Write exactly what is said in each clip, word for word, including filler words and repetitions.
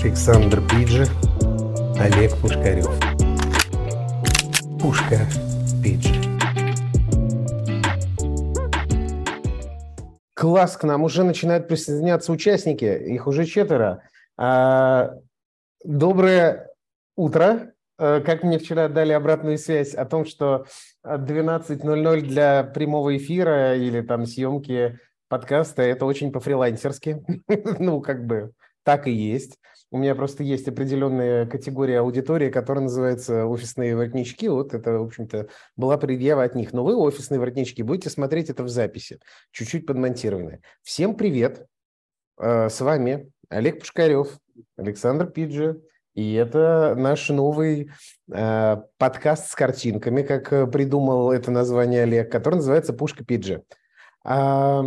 Александр Пиджи, Олег Пушкарев. Пушка Пиджи. Класс, к нам уже начинают присоединяться участники, их уже четверо. А, доброе утро. Как мне вчера дали обратную связь о том, что двенадцать ноль ноль для прямого эфира или там съемки подкаста – это очень по-фрилансерски. Ну, как бы так и есть. У меня просто есть определенная категория аудитории, которая называется «офисные воротнички». Вот это, в общем-то, была предъява от них. Но вы, офисные воротнички, будете смотреть это в записи, чуть-чуть подмонтированное. Всем привет! С вами Олег Пушкарев, Александр Пиджи. И это наш новый э, подкаст с картинками, как придумал это название Олег, который называется «Пушка Пиджи». А,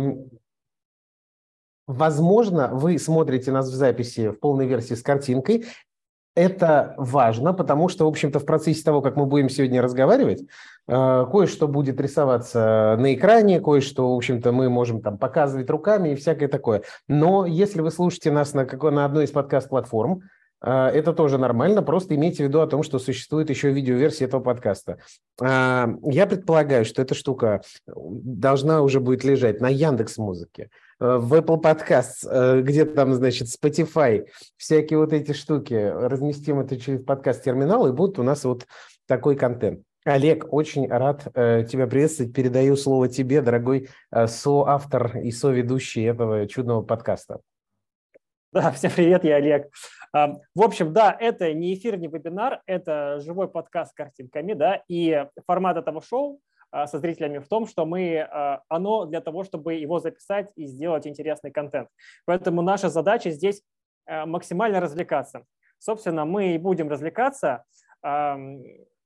возможно, вы смотрите нас в записи в полной версии с картинкой. Это важно, потому что, в общем-то, в процессе того, как мы будем сегодня разговаривать, э, кое-что будет рисоваться на экране, кое-что, в общем-то, мы можем там показывать руками и всякое такое. Но если вы слушаете нас на, какой, на одной из подкаст-платформ, это тоже нормально, просто имейте в виду о том, что существует еще видеоверсия этого подкаста. Я предполагаю, что эта штука должна уже будет лежать на Яндекс.Музыке, в Apple Podcasts, где-то там, значит, Spotify, всякие вот эти штуки. Разместим это через подкаст-терминал, и будет у нас вот такой контент. Олег, очень рад тебя приветствовать. Передаю слово тебе, дорогой соавтор и соведущий этого чудного подкаста. Да, всем привет, я Олег. В общем, да, это не эфир, не вебинар, это живой подкаст с картинками, да, и формат этого шоу со зрителями в том, что мы, оно для того, чтобы его записать и сделать интересный контент. Поэтому наша задача здесь максимально развлекаться. Собственно, мы и будем развлекаться. В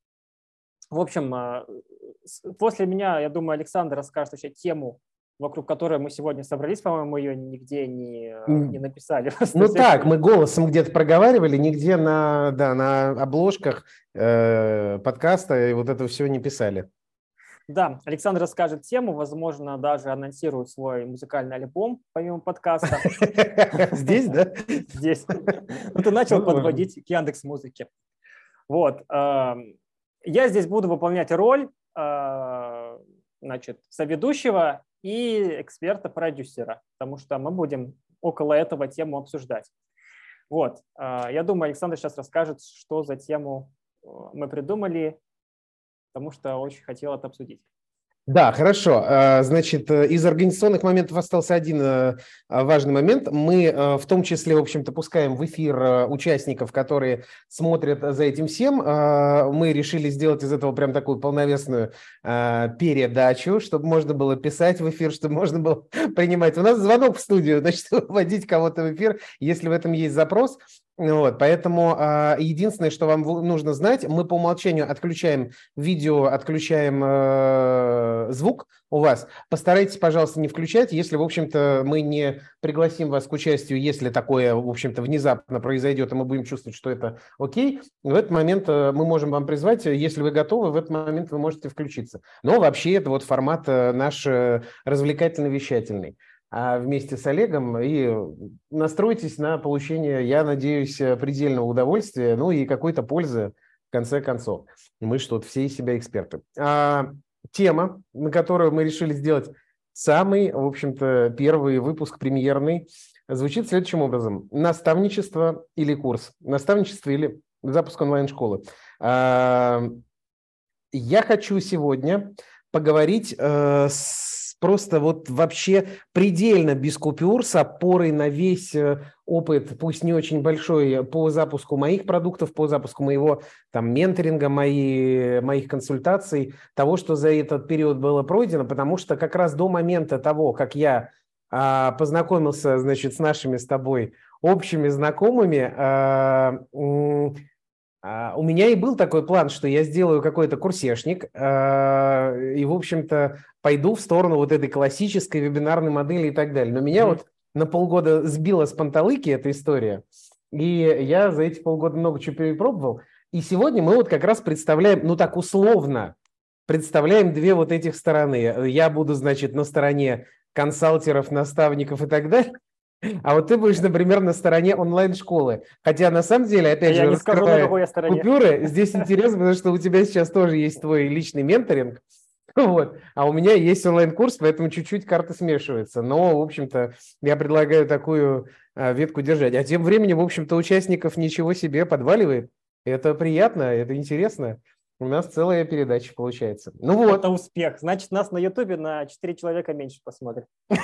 общем, после меня, я думаю, Александр расскажет вообще тему, вокруг которой мы сегодня собрались, по-моему, ее нигде не, не написали. Ну так, мы голосом где-то проговаривали, нигде на, да, на обложках э, подкаста и вот это все не писали. Да, Александр расскажет тему, возможно, даже анонсирует свой музыкальный альбом, помимо подкаста. Здесь, да? Здесь. Ну, ты начал подводить к Яндекс.Музыке. Вот. Я здесь буду выполнять роль, значит, соведущего и эксперта-продюсера, потому что мы будем около этого тему обсуждать. Вот. Я думаю, Александр сейчас расскажет, что за тему мы придумали, потому что очень хотел это обсудить. Да, хорошо. Значит, из организационных моментов остался один важный момент. Мы в том числе, в общем-то, пускаем в эфир участников, которые смотрят за этим всем. Мы решили сделать из этого прям такую полновесную передачу, чтобы можно было писать в эфир, чтобы можно было принимать. У нас звонок в студию, значит, вводить кого-то в эфир, если в этом есть запрос. Вот, поэтому э, единственное, что вам нужно знать, мы по умолчанию отключаем видео, отключаем э, звук у вас. Постарайтесь, пожалуйста, не включать, если, в общем-то, мы не пригласим вас к участию, если такое, в общем-то, внезапно произойдет, и мы будем чувствовать, что это окей. В этот момент э, мы можем вам призвать, если вы готовы, в этот момент вы можете включиться. Но вообще это вот формат э, наш э, развлекательно-вещательный. А вместе с Олегом и настройтесь на получение, я надеюсь, предельного удовольствия, ну и какой-то пользы в конце концов. Мы что-то все из себя эксперты. А, тема, на которую мы решили сделать самый, в общем-то, первый выпуск премьерный, звучит следующим образом. Наставничество или курс? Наставничество или запуск онлайн-школы? А, я хочу сегодня поговорить э, с просто вот вообще предельно без купюр, с опорой на весь опыт, пусть не очень большой, по запуску моих продуктов, по запуску моего там менторинга, мои, моих консультаций, того, что за этот период было пройдено, потому что как раз до момента того, как я а, познакомился, значит, с нашими с тобой общими знакомыми, а, Uh, у меня и был такой план, что я сделаю какой-то курсешник uh, и, в общем-то, пойду в сторону вот этой классической вебинарной модели и так далее. Но меня mm-hmm. вот на полгода сбила с панталыки эта история, и я за эти полгода много чего перепробовал. И сегодня мы вот как раз представляем, ну так условно, представляем две вот этих стороны. Я буду, значит, на стороне консалтеров, наставников и так далее. А вот ты будешь, например, на стороне онлайн-школы. Хотя на самом деле, А опять я же, не скажу, на раскрывая какой я стороне. купюры, здесь интересно, потому что у тебя сейчас тоже есть твой личный менторинг. Вот. А у меня есть онлайн-курс, поэтому чуть-чуть карты смешиваются. Но, в общем-то, я предлагаю такую а, ветку держать. А тем временем, в общем-то, участников ничего себе подваливает. Это приятно, это интересно. У нас целая передача получается. Ну Это вот. успех. Значит, нас на Ютубе на четыре человека меньше посмотрят.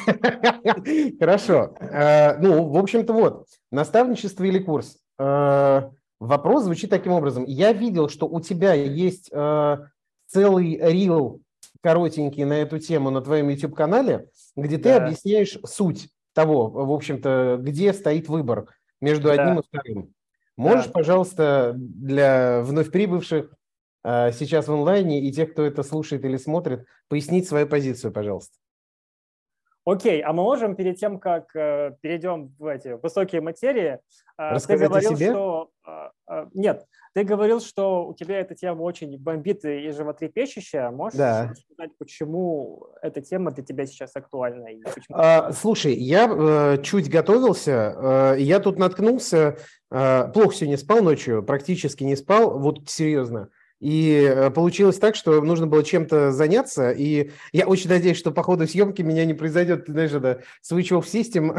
Хорошо. Э, Ну, в общем-то, вот. Наставничество или курс? Э, Вопрос звучит таким образом. Я видел, что у тебя есть э, целый рил коротенький на эту тему на твоем YouTube-канале, где ты Да, объясняешь суть того, в общем-то, где стоит выбор между одним да, и вторым. Можешь, да. пожалуйста, для вновь прибывших э, сейчас в онлайне и тех, кто это слушает или смотрит, пояснить свою позицию, пожалуйста? Окей, а мы можем перед тем, как э, перейдем в эти высокие материи, э, ты Рассказать о говорил, себе? что... э, э, нет, ты говорил, что у тебя эта тема очень бомбит и животрепещущая. Можешь Да. сказать, почему эта тема для тебя сейчас актуальна? И почему... А, слушай, я э, чуть готовился, э, я тут наткнулся, э, плохо сегодня спал ночью, практически не спал, вот серьезно. И э, получилось так, что нужно было чем-то заняться, и я очень надеюсь, что по ходу съемки меня не произойдет, ты знаешь, это switch off system,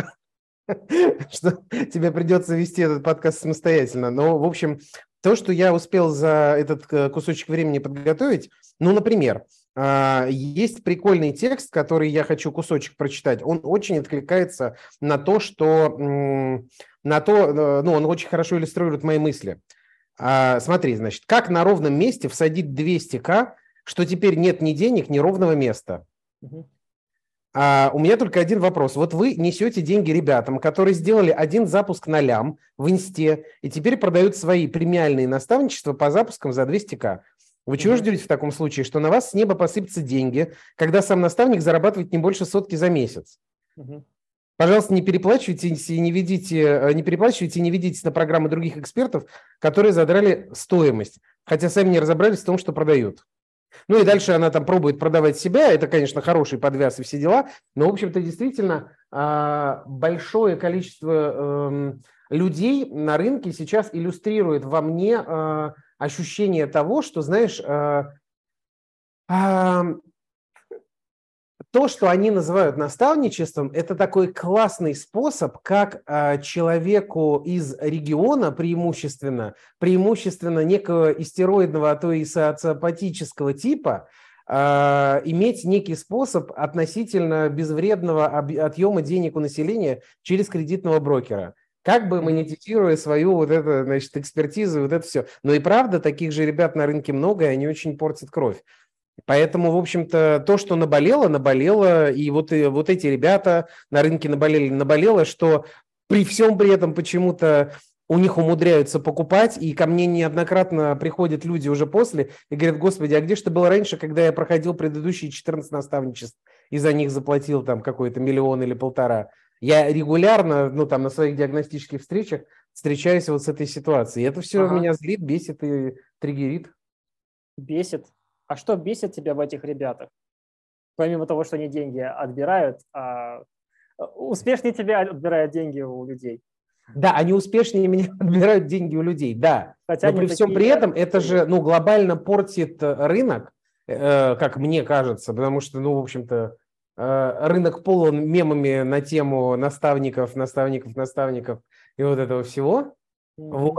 что тебе придется вести этот подкаст самостоятельно. Но, в общем, то, что я успел за этот э, кусочек времени подготовить, ну, например, а, есть прикольный текст, который я хочу кусочек прочитать. Он очень откликается на то, что... м, на то, э, ну, он очень хорошо иллюстрирует мои мысли. А, Смотри, значит, как на ровном месте всадить двести тысяч, что теперь нет ни денег, ни ровного места. Мгм. А, у меня только один вопрос. Вот вы несете деньги ребятам, которые сделали один запуск на лям в инсте и теперь продают свои премиальные наставничества по запускам за двести тысяч. Вы чего Мгм. ждете в таком случае? Что на вас с неба посыпятся деньги, когда сам наставник зарабатывает не больше сотки за месяц? Мгм. Пожалуйста, не переплачивайте и не ведите, э, не переплачивайте и не ведитесь на программы других экспертов, которые задрали стоимость, хотя сами не разобрались в том, что продают. Ну и дальше она там пробует продавать себя. Это, конечно, хороший подвяз и все дела. Но, в общем-то, действительно, а, большое количество эм, людей на рынке сейчас иллюстрирует во мне а, ощущение того, что, знаешь, а, а, то, что они называют наставничеством, это такой классный способ, как а, человеку из региона преимущественно, преимущественно некого истероидного, а то и социопатического типа, а, иметь некий способ относительно безвредного об- отъема денег у населения через кредитного брокера. Как бы Мгм. монетизируя свою вот это, значит, экспертизу, вот это все. Но и правда, таких же ребят на рынке много, и они очень портят кровь. Поэтому, в общем-то, то, что наболело, наболело, и вот, и вот эти ребята на рынке наболели, наболело, что при всем при этом почему-то у них умудряются покупать, и ко мне неоднократно приходят люди уже после и говорят: господи, а где же ты был раньше, когда я проходил предыдущие четырнадцать наставничеств и за них заплатил там какой-то миллион или полтора? Я регулярно, ну, там, на своих диагностических встречах встречаюсь вот с этой ситуацией. И это все Ага. меня злит, бесит и триггерит. Бесит. А что бесит тебя в этих ребятах? Помимо того, что они деньги отбирают, а успешнее тебя отбирают деньги у людей. Да, они успешнее меня отбирают деньги у людей, да. Хотя Но они при всем такие при этом это крутые. же, ну, глобально портит э, рынок, э, как мне кажется, потому что, ну, в общем-то, э, рынок полон мемами на тему наставников, наставников, наставников и вот этого всего. Мгм. Вот.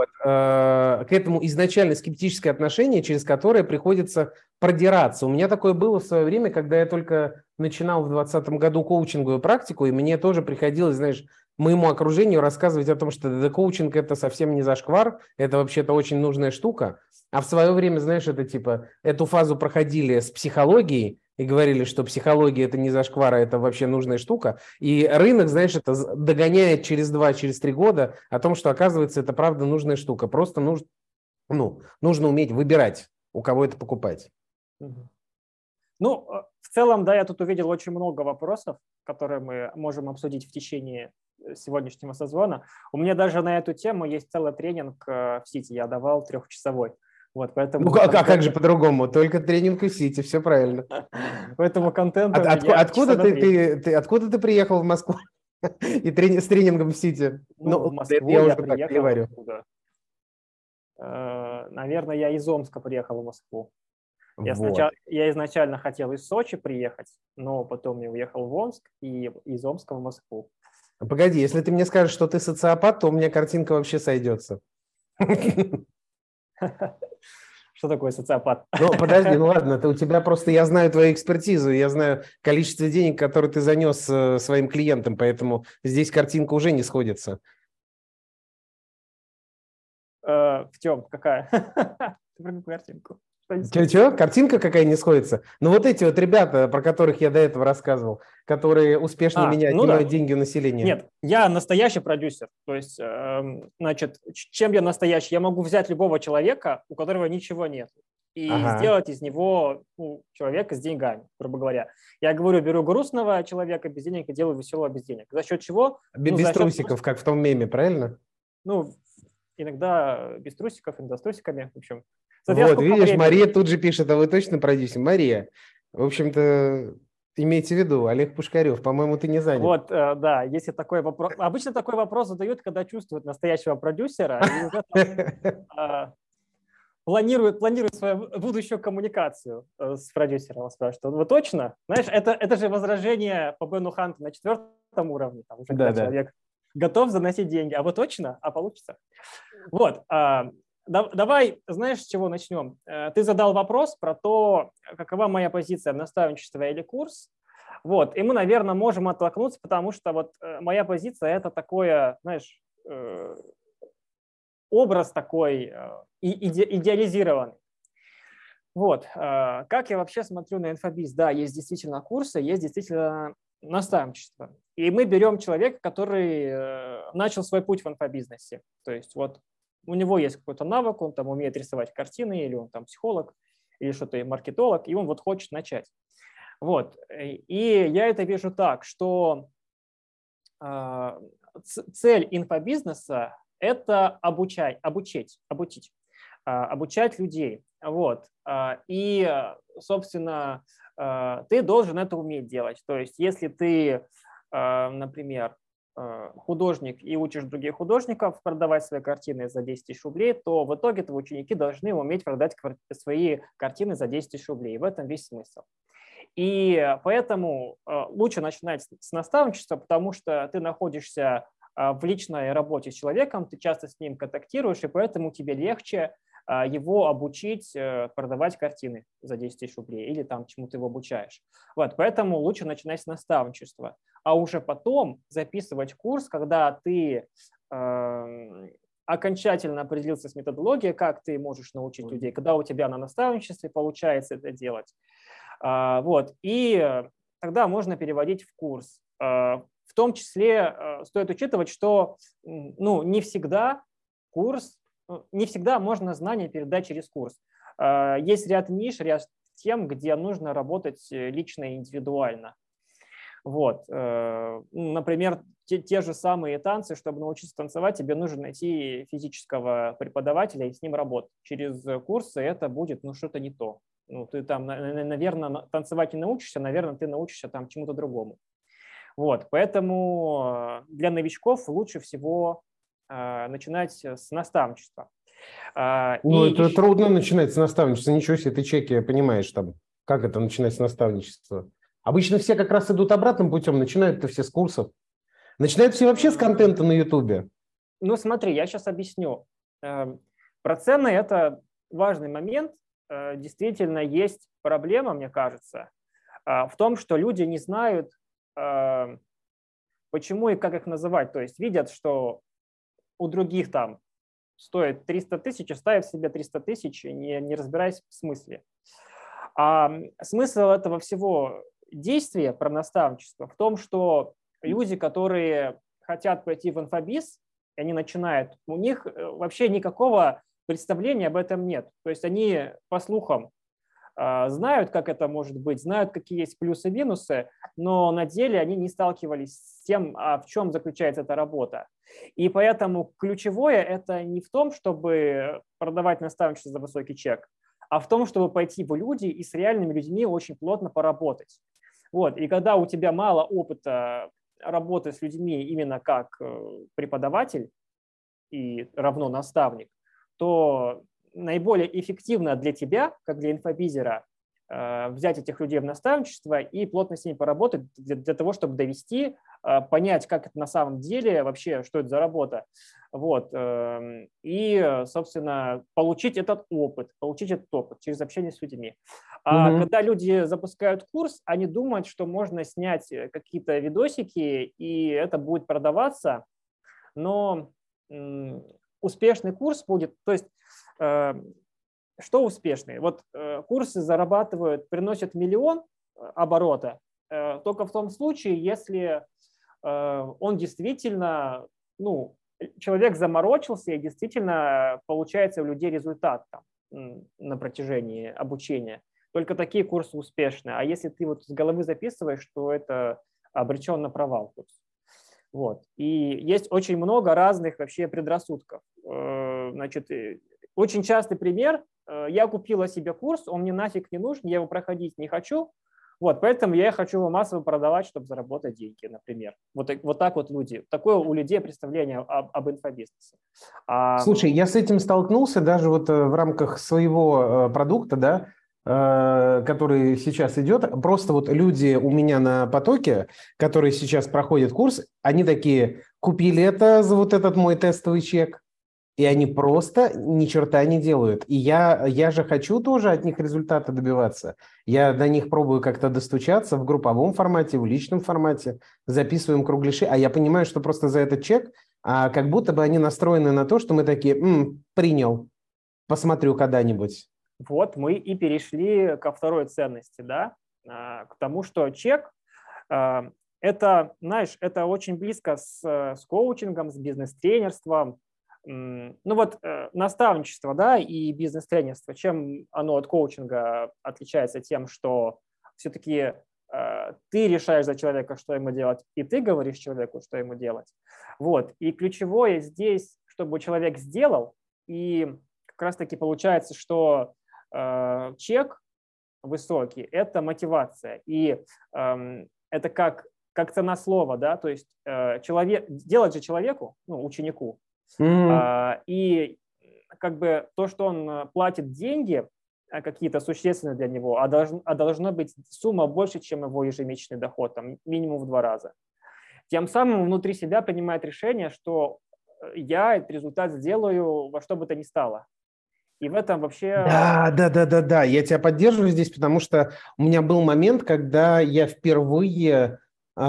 э, К этому изначально скептическое отношение, через которое приходится продираться. У меня такое было в свое время, когда я только начинал в двадцатом году коучинговую практику, и мне тоже приходилось, знаешь, моему окружению рассказывать о том, что да, коучинг – это совсем не зашквар, это вообще-то очень нужная штука. А в свое время, знаешь, это типа, эту фазу проходили с психологией и говорили, что психология – это не зашквар, а это вообще нужная штука. И рынок, знаешь, это з- догоняет через два, через три года о том, что, оказывается, это правда нужная штука. Просто нужно, ну, нужно уметь выбирать, у кого это покупать. Мгм. Ну, э, в целом, да, я тут увидел очень много вопросов, которые мы можем обсудить в течение э, сегодняшнего созвона. У меня даже на эту тему есть целый тренинг э, в Сити, я давал трехчасовой. Вот, Ну, поэтому как, а как контент, же по-другому? Только тренинг и сити, все правильно. поэтому контента От- у отку- меня часа откуда на ты, три. ты, ты, откуда ты приехал в Москву? И трени- с тренингом в Сити. Ну, в Ну, это Москву я я уже так приехал говорю. оттуда. Э, Наверное, я из Омска приехал в Москву. Я, Вот. сначала, я изначально хотел из Сочи приехать, но потом я уехал в Омск и из Омска в Москву. Погоди, если ты мне скажешь, что ты социопат, то у меня картинка вообще сойдется. Что такое социопат? Ну, подожди, ну ладно, это у тебя просто, я знаю твою экспертизу, я знаю количество денег, которые ты занес э, своим клиентам, поэтому здесь картинка уже не сходится. Э, В чем? Какая? Ты про какую картинку? Что не сходится? Че-че? Картинка какая не сходится? Ну вот эти вот ребята, про которых я до этого рассказывал, которые успешнее А, меня ну отнимают да. деньги у населения. Нет, я настоящий продюсер. То есть, эм, значит, ч- чем я настоящий? Я могу взять любого человека, у которого ничего нет, и Ага. сделать из него ну, человека с деньгами, грубо говоря. Я говорю, беру грустного человека без денег и делаю веселого без денег. За счет чего? Б- Ну, Без за счет, трусиков, как в том меме, правильно? ну, иногда без трусиков, иногда с трусиками, в общем. Смотря Вот, сколько видишь, Мария времени. тут же пишет, а вы точно продюсер? Мария, в общем-то, имейте в виду, Олег Пушкарев, по-моему, ты не занят. Вот, э, да, если такой вопрос... Обычно такой вопрос задают, когда чувствуют настоящего продюсера и уже там, а, планирует, планирует свою будущую коммуникацию э, с продюсером. Он спрашивает, вы точно? Знаешь, это, это же возражение по Бену Ханту на четвертом уровне, там, уже когда Да-да. человек готов заносить деньги. А вы точно? А получится? Вот. а, да- Давай, знаешь, с чего начнем? Э, Ты задал вопрос про то, какова моя позиция в наставничестве или курс. Вот. И мы, наверное, можем оттолкнуться, потому что вот э, моя позиция – это такое, знаешь, э, образ такой э, и- иде- идеализированный. Вот. э, Как я вообще смотрю на инфобиз? Да, есть действительно курсы, есть действительно наставничество. И мы берем человека, который э, начал свой путь в инфобизнесе. То есть вот у него есть какой-то навык, он там умеет рисовать картины, или он там психолог, или что-то маркетолог, и он вот хочет начать. Вот. И я это вижу так, что э, ц- цель инфобизнеса – это обучать, обучить, обучить, э, обучать людей. Вот. Э, И, э, собственно, э, ты должен это уметь делать. То есть если ты, э, например, э, художник и учишь других художников продавать свои картины за десять тысяч рублей, то в итоге твои ученики должны уметь продать квар- свои картины за десять тысяч рублей. В этом весь смысл. И поэтому э, лучше начинать с с наставничества, потому что ты находишься э, в личной работе с человеком, ты часто с ним контактируешь, и поэтому тебе легче э, его обучить э, продавать картины за десять тысяч рублей или там чему ты его обучаешь. Вот, поэтому лучше начинать с наставничества, а уже потом записывать курс, когда ты э, окончательно определился с методологией, как ты можешь научить людей, когда у тебя на наставничестве получается это делать. А, Вот. И тогда можно переводить в курс. А, В том числе э, стоит учитывать, что м, ну, не всегда курс, ну, не всегда можно знания передать через курс. А, Есть ряд ниш, ряд тем, где нужно работать э, лично и индивидуально. Вот. э, ну, Например, те, те же самые танцы, чтобы научиться танцевать, тебе нужно найти физического преподавателя и с ним работать. Через курсы это будет ну, что-то не то. Ну, ты там, наверное, танцевать не научишься, наверное, ты научишься там чему-то другому. Вот, поэтому э, для новичков лучше всего э, начинать с наставничества. А, И Ну, это еще, трудно начинать с наставничества. Ничего себе, ты чеки понимаешь там, как это начинать с наставничества. Обычно все как раз идут обратным путем, начинают-то все с курсов. Начинают все вообще с контента на Ютубе. ну смотри, я сейчас объясню. Эм, Про цены это важный момент. Э, Действительно есть проблема, мне кажется, а, в том, что люди не знают, э, почему и как их называть. То есть видят, что у других там стоит триста тысяч, и ставят себе триста тысяч, не, не разбираясь в смысле. А смысл этого всего действия про наставничество в том, что люди, которые хотят пойти в инфобиз, и они начинают, у них э, вообще никакого представления об этом нет. То есть они по слухам а, знают, как это может быть, знают, какие есть плюсы и минусы, но на деле они не сталкивались с тем, а в чем заключается эта работа. И поэтому ключевое это не в том, чтобы продавать наставничество за высокий чек, а в том, чтобы пойти в люди и с реальными людьми очень плотно поработать. Вот. И когда у тебя мало опыта работы с людьми именно как преподаватель и равно наставник, то наиболее эффективно для тебя, как для инфобизера, взять этих людей в наставничество и плотно с ними поработать для, для того, чтобы довести, понять, как это на самом деле, вообще, что это за работа. Вот. И, собственно, получить этот опыт, получить этот опыт через общение с людьми. А угу. когда люди запускают курс, они думают, что можно снять какие-то видосики, и это будет продаваться, но успешный курс будет, то есть что успешный? Вот э, курсы зарабатывают, приносят миллион оборота э, только в том случае, если э, он действительно, ну, человек заморочился и действительно получается у людей результат там, на протяжении обучения. Только такие курсы успешны. А если ты вот с головы записываешь, то это обречен на провал курс. Вот. И есть очень много разных вообще предрассудков. Э, значит, очень частый пример. Я купила себе курс, он мне нафиг не нужен, я его проходить не хочу, вот, поэтому я хочу его массово продавать, чтобы заработать деньги, например. Вот, вот так вот люди. Такое у людей представление об, об инфобизнесе. Слушай, я с этим столкнулся даже вот в рамках своего продукта, да, который сейчас идет. Просто вот люди у меня на потоке, которые сейчас проходят курс, они такие, купили это за вот этот мой тестовый чек, и они просто ни черта не делают. И я, я же хочу тоже от них результата добиваться. Я до них пробую как-то достучаться в групповом формате, в личном формате, записываем кругляши. А я понимаю, что просто за этот чек, а как будто бы они настроены на то, что мы такие, М, принял, посмотрю когда-нибудь. Вот мы и перешли ко второй ценности, да, к тому, что чек – это, знаешь, это очень близко с, с коучингом, с бизнес-тренерством. Ну вот наставничество, да, и бизнес-тренерство, чем оно от коучинга отличается тем, что все-таки э, ты решаешь за человека, что ему делать, и ты говоришь человеку, что ему делать. Вот. И ключевое здесь, чтобы человек сделал, и как раз-таки получается, что э, чек высокий – это мотивация, и э, это как, как цена слова, да, то есть э, человек, делать же человеку, ну, ученику, Mm-hmm. И как бы то, что он платит деньги какие-то существенные для него, а, должен, а должна быть сумма больше, чем его ежемесячный доход, там, минимум в два раза. Тем самым внутри себя принимает решение, что я этот результат сделаю во что бы то ни стало. И в этом вообще… Да, да, да, да, да. Я тебя поддерживаю здесь, потому что у меня был момент, когда я впервые…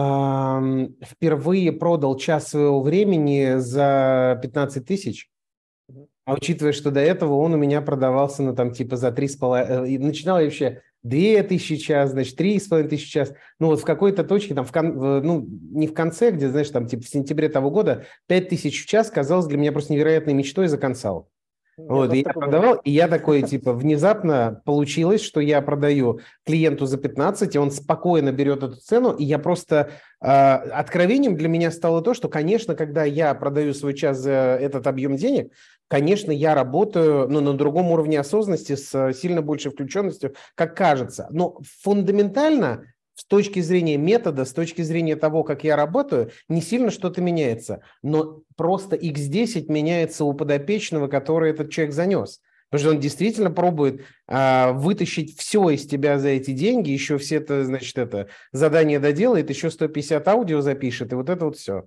впервые продал час своего времени за пятнадцать тысяч, а учитывая, что до этого он у меня продавался, ну, там, типа, за три с половиной, начинал я вообще две тысячи час, значит, три с половиной тысячи час, ну, вот в какой-то точке, там, в кон... ну, не в конце, где, знаешь, там, типа, в сентябре того года пять тысяч в час казалось для меня просто невероятной мечтой за консал. Вот, и я продавал, и я такой, типа, внезапно получилось, что я продаю клиенту за пятнадцать, и он спокойно берет эту цену, и я просто… Э, откровением для меня стало то, что, конечно, когда я продаю свой час за этот объем денег, конечно, я работаю, ну, на другом уровне осознанности, с сильно большей включенностью, как кажется. Но фундаментально… С точки зрения метода, с точки зрения того, как я работаю, не сильно что-то меняется. Но просто икс десять меняется у подопечного, который этот человек занес. Потому что он действительно пробует а, вытащить все из тебя за эти деньги, еще все это, значит, это задание доделает, еще сто пятьдесят аудио запишет, и вот это вот все.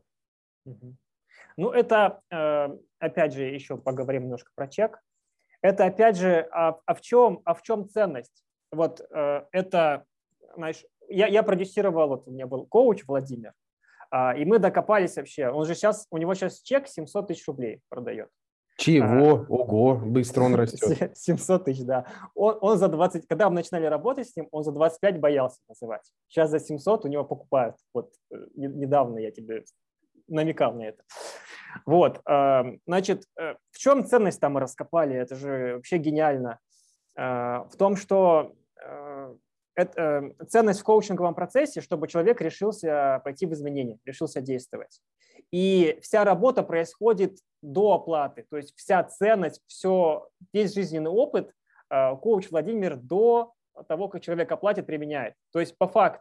Ну, это, опять же, еще поговорим немножко про чек. Это, опять же, а, а, в, чем, а в чем ценность? Вот это, знаешь, Я, я продюсировал, вот у меня был коуч Владимир, а, и мы докопались вообще. Он же сейчас, у него сейчас чек семьсот тысяч рублей продает. Чего? А, Ого, быстро он растет. семьсот тысяч, да. Он, он за двадцать, когда мы начинали работать с ним, он за двадцать пять боялся называть. Сейчас за семьсот у него покупают. Вот недавно я тебе намекал на это. Вот, значит, в чем ценность там мы раскопали? Это же вообще гениально. В том, что это ценность в коучинговом процессе, чтобы человек решился пойти в изменения, решился действовать. И вся работа происходит до оплаты, то есть вся ценность, все, весь жизненный опыт коуч Владимир до того, как человек оплатит, применяет. То есть по факту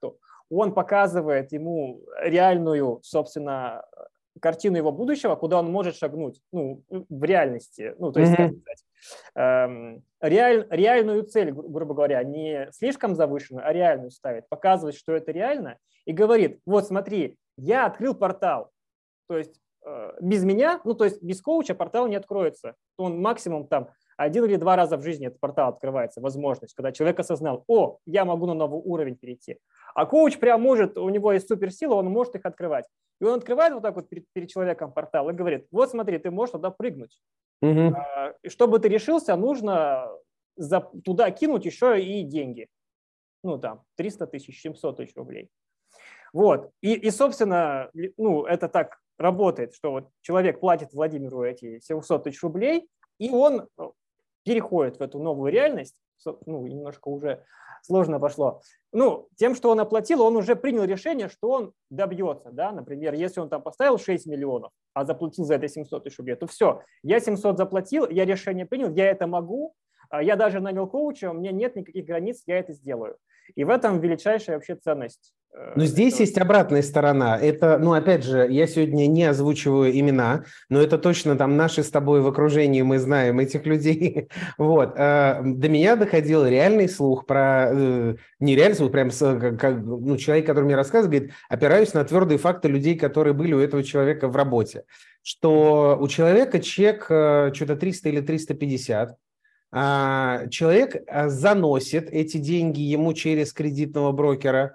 он показывает ему реальную, собственно, картину его будущего, куда он может шагнуть, ну, в реальности, ну, то есть, как сказать, эм, реаль, реальную цель, гру- грубо говоря, не слишком завышенную, а реальную ставит, показывает, что это реально, и говорит, вот смотри, я открыл портал, то есть э, без меня, ну, то есть без коуча портал не откроется, он максимум там один или два раза в жизни этот портал открывается, возможность, когда человек осознал, о, я могу на новый уровень перейти. А коуч прям может, у него есть суперсила, он может их открывать. И он открывает вот так вот перед, перед человеком портал и говорит, вот смотри, ты можешь туда прыгнуть. Угу. А, и чтобы ты решился, нужно за, туда кинуть еще и деньги. Ну там триста тысяч, семьсот тысяч рублей. Вот. И, и, собственно, ну, это так работает, что вот человек платит Владимиру эти семьсот тысяч рублей, и он переходит в эту новую реальность, ну, немножко уже сложно пошло, ну, тем, что он оплатил, он уже принял решение, что он добьется, да, например, если он там поставил шесть миллионов, а заплатил за это семьсот тысяч рублей, то все, я семьсот заплатил, я решение принял, я это могу, я даже нанял коуча, у меня нет никаких границ, я это сделаю. И в этом величайшая вообще ценность. Но здесь этого. есть обратная сторона. Это, ну, опять же, я сегодня не озвучиваю имена, но это точно там наши с тобой в окружении, мы знаем этих людей. Вот. До меня доходил реальный слух про... Не реальный слух, прям как, ну, человек, который мне рассказывает, говорит, опираюсь на твердые факты людей, которые были у этого человека в работе. Что у человека чек что-то триста или триста пятьдесят, человек заносит эти деньги ему через кредитного брокера,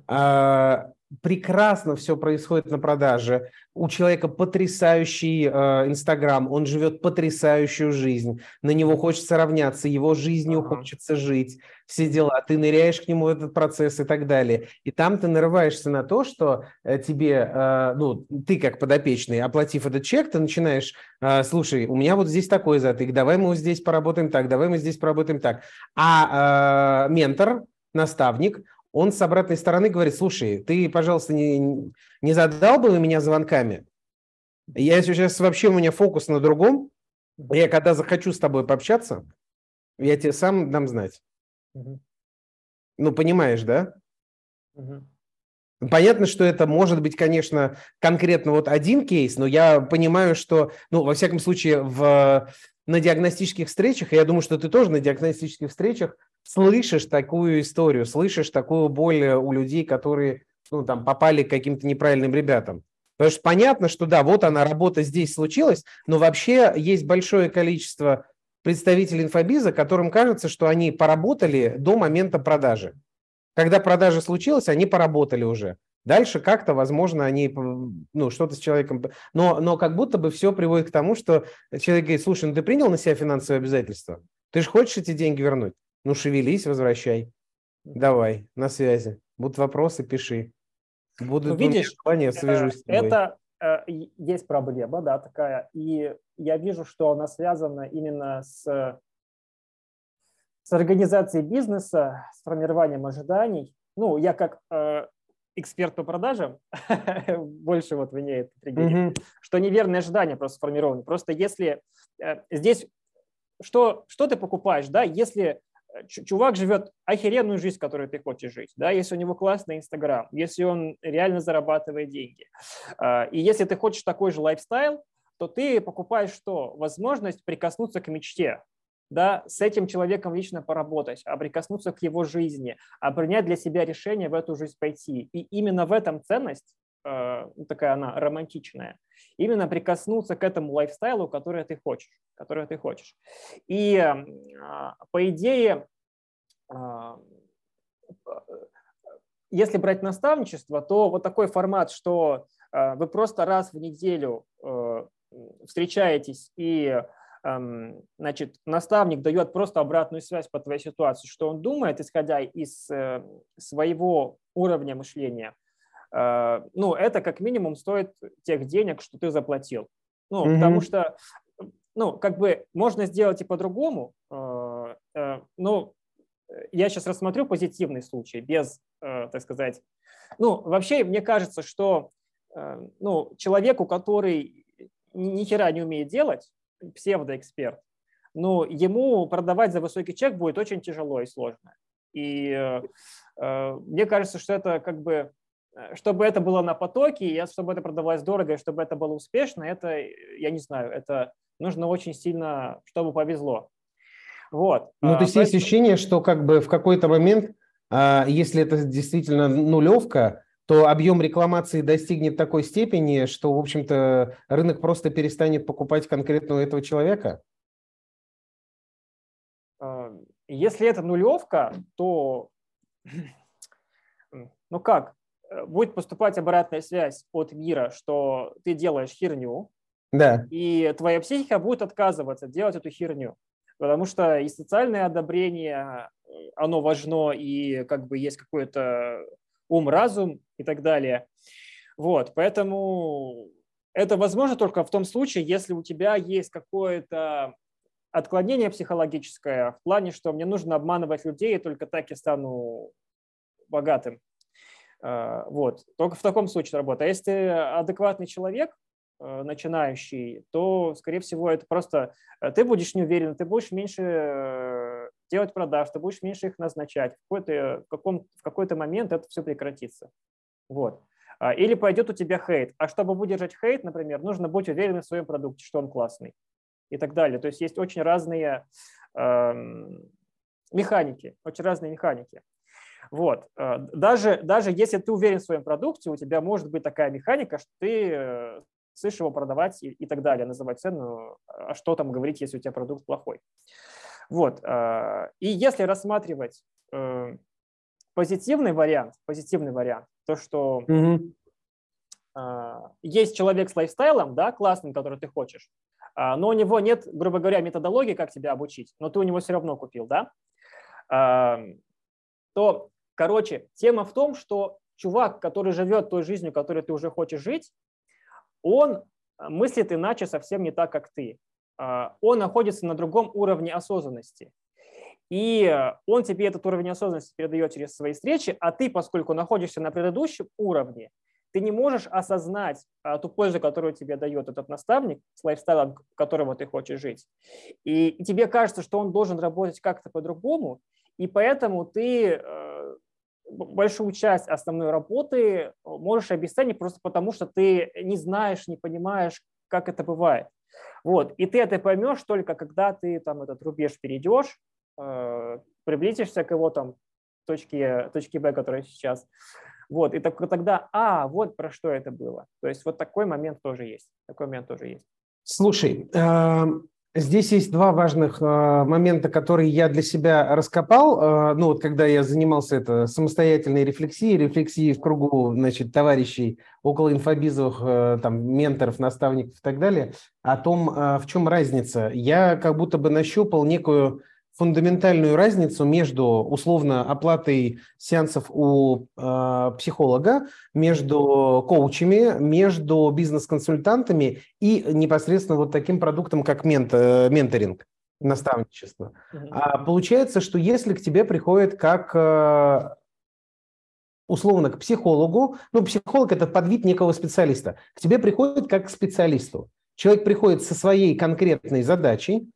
прекрасно все происходит на продаже. У человека потрясающий Инстаграм, он живет потрясающую жизнь. На него хочется равняться, его жизнью Ага. хочется жить. Все дела. Ты ныряешь к нему в этот процесс и так далее. И там ты нарываешься на то, что тебе, ну, ты как подопечный, оплатив этот чек, ты начинаешь, слушай, у меня вот здесь такой затык, давай мы вот здесь поработаем так, давай мы здесь поработаем так. А ментор, наставник, он с обратной стороны говорит, слушай, ты, пожалуйста, не, не задалбывай меня звонками. Я сейчас вообще, у меня фокус на другом. Я когда захочу с тобой пообщаться, я тебе сам дам знать. Угу. Ну, понимаешь, да? Угу. Понятно, что это может быть, конечно, конкретно вот один кейс, но я понимаю, что, ну, во всяком случае, в, на диагностических встречах, я думаю, что ты тоже на диагностических встречах слышишь такую историю, слышишь такую боль у людей, которые, ну, там, попали к каким-то неправильным ребятам. Потому что понятно, что да, вот она, работа здесь случилась, но вообще есть большое количество представителей инфобиза, которым кажется, что они поработали до момента продажи. Когда продажа случилась, они поработали уже. Дальше как-то, возможно, они, ну, что-то с человеком... Но, но как будто бы все приводит к тому, что человек говорит, слушай, ну ты принял на себя финансовые обязательства? Ты же хочешь эти деньги вернуть? Ну, шевелись, возвращай. Давай, на связи. Будут вопросы, пиши. Будут, Ну, видишь, желания, свяжусь с тобой. это э, есть проблема, да, такая. И я вижу, что она связана именно с... с организацией бизнеса, с формированием ожиданий. Ну, я как э, эксперт по продажам больше вот меня это триггерит, mm-hmm. что неверные ожидания просто сформированы. Просто если э, здесь, что, что ты покупаешь, да, если чувак живет охеренную жизнь, которую ты хочешь жить, да, если у него классный Инстаграм, если он реально зарабатывает деньги, э, и если ты хочешь такой же лайфстайл, то ты покупаешь что? Возможность прикоснуться к мечте, да, с этим человеком лично поработать, а прикоснуться к его жизни, а принять для себя решение в эту жизнь пойти. И именно в этом ценность, э, такая она романтичная, именно прикоснуться к этому лайфстайлу, который ты хочешь. Который ты хочешь. И э, по идее, э, если брать наставничество, то вот такой формат, что э, вы просто раз в неделю э, встречаетесь и значит, наставник дает просто обратную связь по твоей ситуации, что он думает, исходя из э, своего уровня мышления. Э, ну, это как минимум стоит тех денег, что ты заплатил. Ну, mm-hmm. потому что, ну, как бы можно сделать и по-другому. Э, э, ну, я сейчас рассмотрю позитивный случай, без, э, так сказать, ну, вообще, мне кажется, что, э, ну, человеку, который ни хера не умеет делать, псевдоэксперт, но ему продавать за высокий чек будет очень тяжело и сложно. И э, мне кажется, что это как бы, чтобы это было на потоке, и чтобы это продавалось дорого, и чтобы это было успешно, это, я не знаю, это нужно очень сильно, чтобы повезло. Вот. Ну, то есть есть ощущение, что как бы в какой-то момент, если это действительно нулевка, то объем рекламации достигнет такой степени, что, в общем-то, рынок просто перестанет покупать конкретно у этого человека? Если это нулевка, то, ну как, будет поступать обратная связь от мира, что ты делаешь херню, да. И твоя психика будет отказываться делать эту херню. Потому что и социальное одобрение, оно важно, и как бы есть какой-то ум, разум и так далее. Вот, поэтому это возможно только в том случае, если у тебя есть какое-то отклонение психологическое в плане, что мне нужно обманывать людей, и только так я стану богатым. Вот, только в таком случае работает. А если адекватный человек, начинающий, то, скорее всего, это просто ты будешь не уверен, ты будешь меньше делать продаж, ты будешь меньше их назначать. В какой-то, в каком, в какой-то момент это все прекратится. Вот. Или пойдет у тебя хейт. А чтобы выдержать хейт, например, нужно быть уверенным в своем продукте, что он классный. И так далее. То есть есть очень разные э, механики, очень разные механики. Вот. Даже, даже если ты уверен в своем продукте, у тебя может быть такая механика, что ты слышишь его продавать и, и так далее, называть цену, а что там говорить, если у тебя продукт плохой. Вот. И если рассматривать позитивный вариант, позитивный вариант, то, что mm-hmm. есть человек с лайфстайлом, да, классным, который ты хочешь, но у него нет, грубо говоря, методологии, как тебя обучить, но ты у него все равно купил, да, то, короче, тема в том, что чувак, который живет той жизнью, которой ты уже хочешь жить, он мыслит иначе совсем не так, как ты. Он находится на другом уровне осознанности. И он тебе этот уровень осознанности передает через свои встречи, а ты, поскольку находишься на предыдущем уровне, ты не можешь осознать ту пользу, которую тебе дает этот наставник с лайфстайлом, которого ты хочешь жить. И, и тебе кажется, что он должен работать как-то по-другому, и поэтому ты большую часть основной работы можешь обесценить просто потому, что ты не знаешь, не понимаешь, как это бывает. Вот. И ты это поймешь только когда ты там, этот рубеж перейдешь, э, приблизишься к его там, точке, точке Б, которая сейчас. Вот. И только тогда, а, вот про что это было. То есть вот такой момент тоже есть. Такой момент тоже есть. Слушай, э, здесь есть два важных э, момента, которые я для себя раскопал. Э, ну вот когда я занимался это самостоятельной рефлексией, рефлексией в кругу, значит, товарищей около инфобизовых, э, там, менторов, наставников и так далее, о том, э, в чем разница. Я как будто бы нащупал некую фундаментальную разницу между условно оплатой сеансов у э, психолога, между коучами, между бизнес-консультантами и непосредственно вот таким продуктом, как мент, э, менторинг, наставничество. Mm-hmm. А получается, что если к тебе приходит как э, условно к психологу, ну, психолог – это подвид некого специалиста, к тебе приходит как к специалисту. Человек приходит со своей конкретной задачей,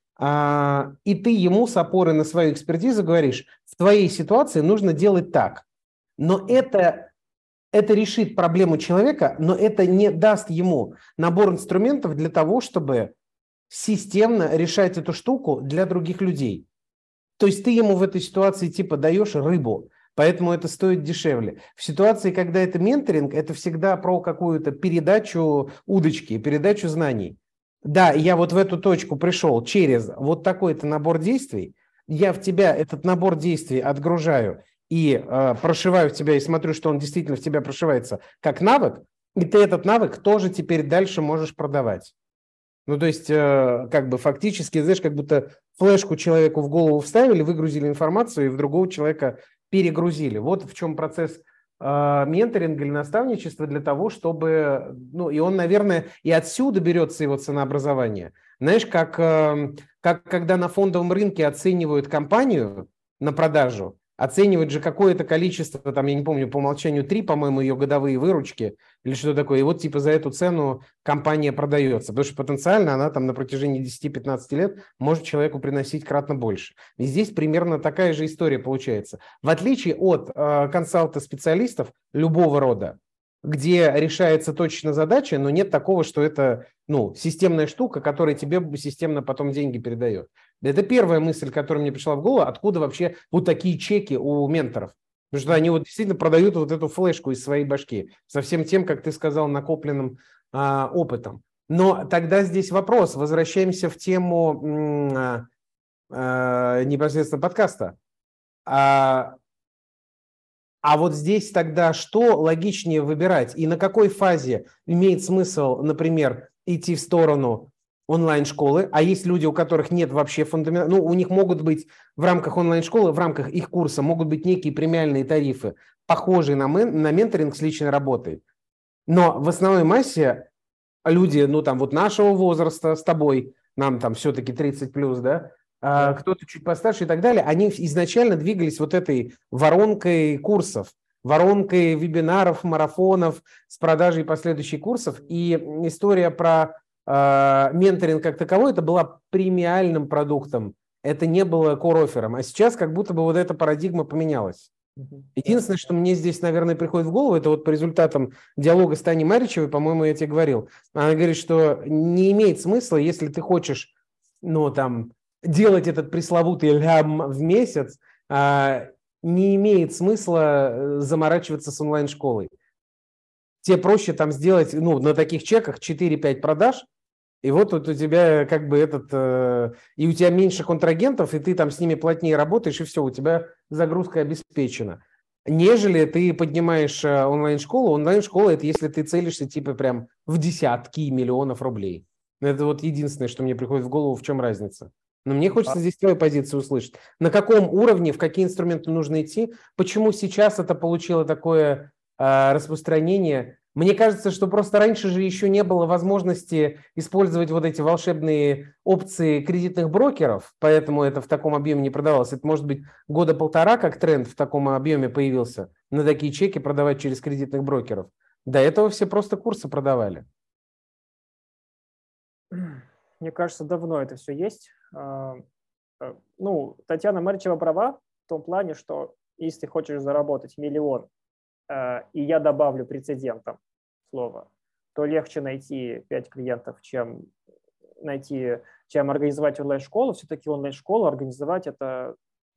и ты ему с опорой на свою экспертизу говоришь, в твоей ситуации нужно делать так. Но это, это решит проблему человека, но это не даст ему набор инструментов для того, чтобы системно решать эту штуку для других людей. То есть ты ему в этой ситуации типа даешь рыбу, поэтому это стоит дешевле. В ситуации, когда это менторинг, это всегда про какую-то передачу удочки, передачу знаний. Да, я вот в эту точку пришел через вот такой-то набор действий, я в тебя этот набор действий отгружаю и э, прошиваю в тебя и смотрю, что он действительно в тебя прошивается как навык, и ты этот навык тоже теперь дальше можешь продавать. Ну, то есть, э, как бы фактически, знаешь, как будто флешку человеку в голову вставили, выгрузили информацию и в другого человека перегрузили. Вот в чем процесс менторинга или наставничества для того, чтобы, ну, и он, наверное, и отсюда берется его ценообразование. Знаешь, как, как когда на фондовом рынке оценивают компанию на продажу, Оценивать же какое-то количество, там, я не помню, по умолчанию три, по-моему, ее годовые выручки или что такое. И вот типа за эту цену компания продается, потому что потенциально она там на протяжении десяти-пятнадцати лет может человеку приносить кратно больше. И здесь примерно такая же история получается. В отличие от э, консалта-специалистов любого рода, где решается точно задача, но нет такого, что это ну, системная штука, которая тебе системно потом деньги передает. Это первая мысль, которая мне пришла в голову, откуда вообще вот такие чеки у менторов. Потому что они вот действительно продают вот эту флешку из своей башки со всем тем, как ты сказал, накопленным а, опытом. Но тогда здесь вопрос. Возвращаемся в тему а, а, непосредственно подкаста. А, а вот здесь тогда что логичнее выбирать? И на какой фазе имеет смысл, например, идти в сторону онлайн-школы, а есть люди, у которых нет вообще фундамента, ну, у них могут быть в рамках онлайн-школы, в рамках их курса могут быть некие премиальные тарифы, похожие на, мен, на менторинг с личной работой. Но в основной массе люди, ну, там, вот нашего возраста, с тобой, нам там все-таки тридцать плюс, да, а, кто-то чуть постарше и так далее, они изначально двигались вот этой воронкой курсов, воронкой вебинаров, марафонов с продажей последующих курсов. И история про э, менторинг как таковой, это была премиальным продуктом, это не было core-оффером. А сейчас как будто бы вот эта парадигма поменялась. Единственное, что мне здесь, наверное, приходит в голову, это вот по результатам диалога с Таней Маричевой, по-моему, я тебе говорил. Она говорит, что не имеет смысла, если ты хочешь, ну, там, делать этот пресловутый лям в месяц, а, не имеет смысла заморачиваться с онлайн-школой. Тебе проще там сделать, ну, на таких чеках четыре-пять продаж, и вот, вот у тебя как бы этот, э, и у тебя меньше контрагентов, и ты там с ними плотнее работаешь, и все, у тебя загрузка обеспечена. Нежели ты поднимаешь э, онлайн-школу. Онлайн-школа – это если ты целишься типа прям в десятки миллионов рублей. Это вот единственное, что мне приходит в голову, в чем разница. Но мне хочется здесь твою позицию услышать. На каком уровне, в какие инструменты нужно идти? Почему сейчас это получило такое э, распространение? Мне кажется, что просто раньше же еще не было возможности использовать вот эти волшебные опции кредитных брокеров, поэтому это в таком объеме не продавалось. Это, может быть, года полтора как тренд в таком объеме появился, на такие чеки продавать через кредитных брокеров. До этого все просто курсы продавали. Мне кажется, давно это все есть. Ну, Татьяна Маричева права в том плане, что если ты хочешь заработать миллион, и я добавлю прецедентом слово, то легче найти пять клиентов, чем найти, чем организовать онлайн-школу. Все-таки онлайн-школу организовать это,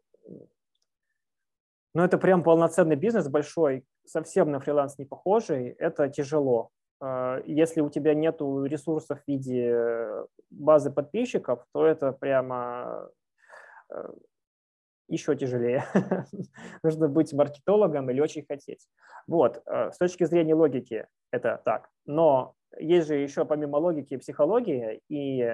ну, это прям полноценный бизнес большой, совсем на фриланс не похожий, это тяжело. Если у тебя нет ресурсов в виде базы подписчиков, то это прямо еще тяжелее. Нужно быть маркетологом или очень хотеть. Вот. С точки зрения логики это так. Но есть же еще помимо логики психология, и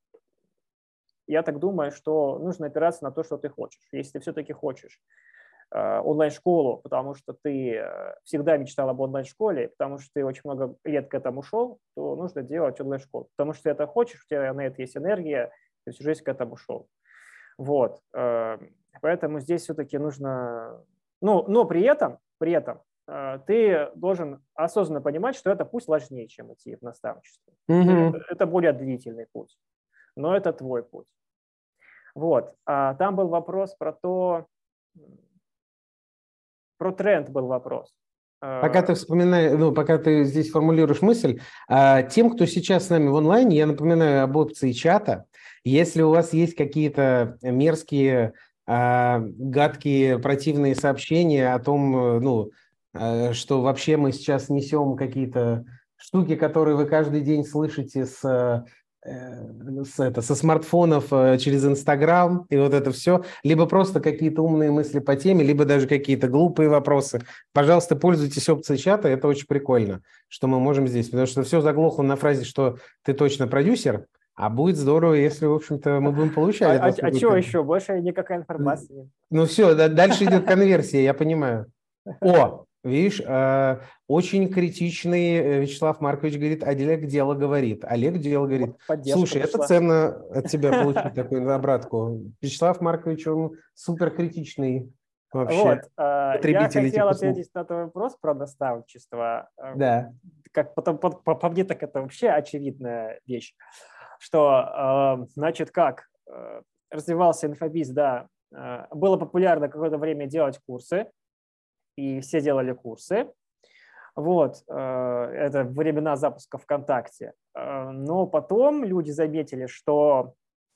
я так думаю, что нужно опираться на то, что ты хочешь. Если ты все-таки хочешь онлайн-школу, потому что ты всегда мечтал об онлайн-школе, потому что ты очень много лет к этому шел, то нужно делать онлайн-школу. Потому что ты это хочешь, у тебя на это есть энергия, ты всю жизнь к этому шел. Вот. Поэтому здесь все-таки нужно... Ну, но при этом, при этом ты должен осознанно понимать, что это путь сложнее, чем идти в наставничество. Mm-hmm. Это, это более длительный путь, но это твой путь. Вот. А там был вопрос про то... Про тренд был вопрос. Пока ты вспоминаешь, ну, пока ты здесь формулируешь мысль, тем, кто сейчас с нами в онлайне, я напоминаю об опции чата. Если у вас есть какие-то мерзкие, гадкие, противные сообщения о том, ну, что вообще мы сейчас несем какие-то штуки, которые вы каждый день слышите с... С, это, со смартфонов через Инстаграм и вот это все, либо просто какие-то умные мысли по теме, либо даже какие-то глупые вопросы. Пожалуйста, пользуйтесь опцией чата, это очень прикольно, что мы можем здесь, потому что все заглохло на фразе, что ты точно продюсер, а будет здорово, если, в общем-то, мы будем получать. А, а, а что еще? Больше никакая информация нет. Ну все, дальше идет конверсия, я понимаю. О, видишь, очень критичный Вячеслав Маркович говорит, Олег дело говорит. Олег дело говорит. Поддержка Слушай, пришла. Это ценно от тебя получить такую обратку. Вячеслав Маркович, он супер критичный вообще Вот, я потребители этих хотел услуг. ответить на твой вопрос про наставничество. Да. Как потом, по, по, по мне, так это вообще очевидная вещь, что, значит, как развивался инфобиз, да, было популярно какое-то время делать курсы, и все делали курсы. Вот, это времена запуска ВКонтакте. Но потом люди заметили, что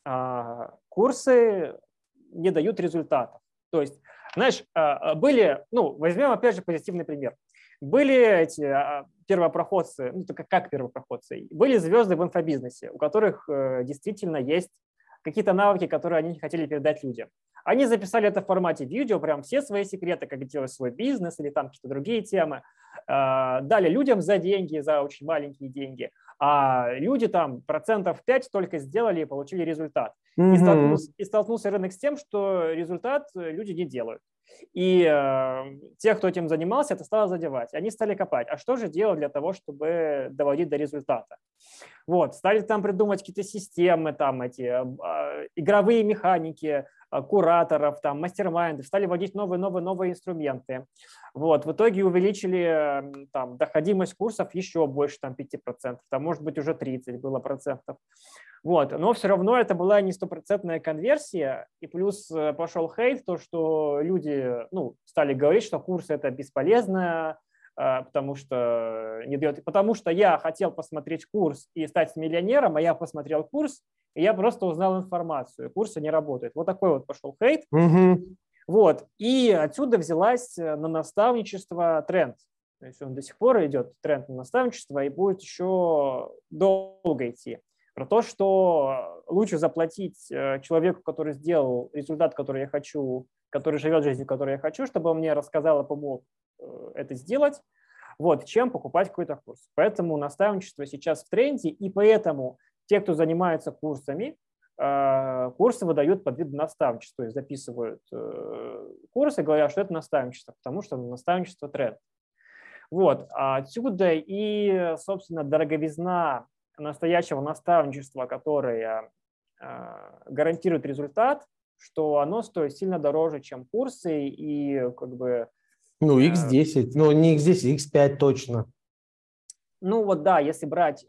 курсы не дают результатов. То есть, знаешь, были, ну, возьмем опять же позитивный пример. Были эти первопроходцы, ну, как, как первопроходцы, были звезды в инфобизнесе, у которых действительно есть какие-то навыки, которые они хотели передать людям. Они записали это в формате видео, прям все свои секреты, как делать свой бизнес или там какие-то другие темы. Дали людям за деньги, за очень маленькие деньги. А люди там процентов пять только сделали и получили результат. И, столкнулся, и столкнулся рынок с тем, что результат люди не делают. И э, те, кто этим занимался, это стало задевать. Они стали копать. А что же делать для того, чтобы доводить до результата? Вот, стали там придумывать какие-то системы, там эти э, игровые механики, э, кураторов, там мастер-майндов, стали вводить новые-новые-новые инструменты. Вот, в итоге увеличили э, там доходимость курсов еще больше, там пять процентов, там может быть уже тридцать было процентов. Вот, но все равно это была не стопроцентная конверсия, и плюс пошел хейт, то, что люди, ну, стали говорить, что курс это бесполезно, потому что не дает, потому что я хотел посмотреть курс и стать миллионером, а я посмотрел курс, и я просто узнал информацию, курсы не работают. Вот такой вот пошел хейт. Угу. Вот, и отсюда взялась на наставничество тренд. То есть он до сих пор идет, тренд на наставничество, и будет еще долго идти. Про то, что лучше заплатить человеку, который сделал результат, который я хочу, который живет жизнью, которую я хочу, чтобы он мне рассказал и помог это сделать, вот, чем покупать какой-то курс. Поэтому наставничество сейчас в тренде, и поэтому те, кто занимается курсами, курсы выдают под видом наставничества, то есть записывают курсы и говорят, что это наставничество, потому что наставничество тренд. Вот, отсюда и, собственно, дороговизна настоящего наставничества, которое гарантирует результат, что оно стоит сильно дороже, чем курсы, и как бы… Ну, икс десять, ну не икс десять, икс пять точно. Ну вот да, если брать,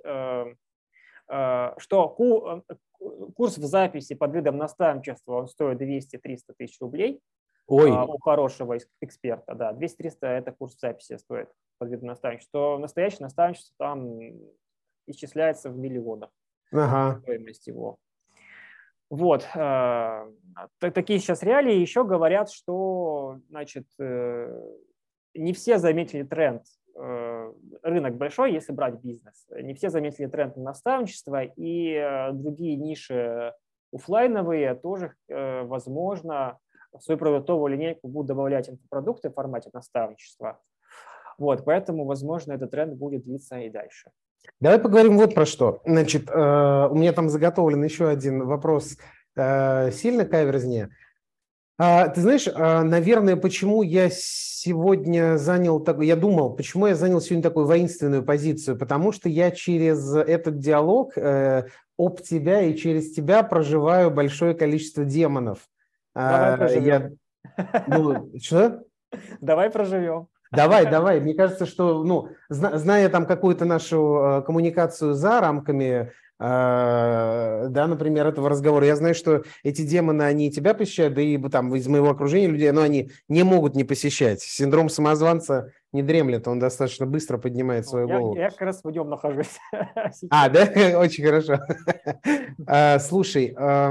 что курс в записи под видом наставничества, он стоит двести-триста тысяч рублей. Ой. У хорошего эксперта, да, двести-триста это курс в записи стоит под видом наставничества, то настоящее наставничество там исчисляется в миллионах, ага. стоимость его. Вот, такие сейчас реалии. Еще говорят, что, значит, не все заметили тренд, рынок большой, если брать бизнес, не все заметили тренд на наставничество, и другие ниши офлайновые тоже, возможно, в свою продуктовую линейку будут добавлять инфопродукты в формате наставничества. Вот, поэтому, возможно, этот тренд будет длиться и дальше. Давай поговорим вот про что. Значит, э, у меня там заготовлен еще один вопрос э, сильно каверзнее. А, ты знаешь, а, наверное, почему я сегодня занял такой, я думал, почему я занял сегодня такую воинственную позицию, потому что я через этот диалог э, об тебя и через тебя проживаю большое количество демонов. Давай проживем. Я, ну, что? Давай проживем. Давай, давай. Мне кажется, что, ну, зная там какую-то нашу э, коммуникацию за рамками, э, да, например, этого разговора, я знаю, что эти демоны, они тебя посещают, да и там из моего окружения людей, но они не могут не посещать. Синдром самозванца не дремлет, он достаточно быстро поднимает свою я, голову. Я как раз в нем нахожусь. А, да? Очень хорошо. Слушай,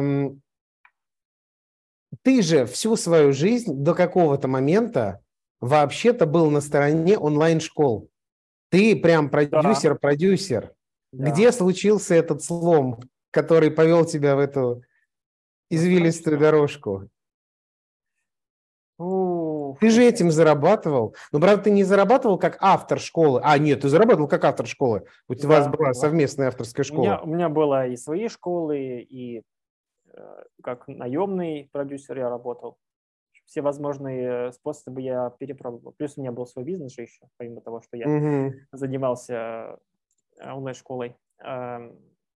ты же всю свою жизнь до какого-то момента вообще-то был на стороне онлайн-школ. Ты прям продюсер-продюсер. Да. Где случился этот слом, который повел тебя в эту извилистую дорожку? Ух. Ты же этим зарабатывал. Но, правда, ты не зарабатывал как автор школы. А, нет, ты зарабатывал как автор школы. У да, вас была да. совместная авторская школа. У меня, у меня была и свои школы, и э, как наемный продюсер я работал. Все возможные способы я перепробовал. Плюс у меня был свой бизнес же еще, помимо того, что я угу. занимался онлайн-школой.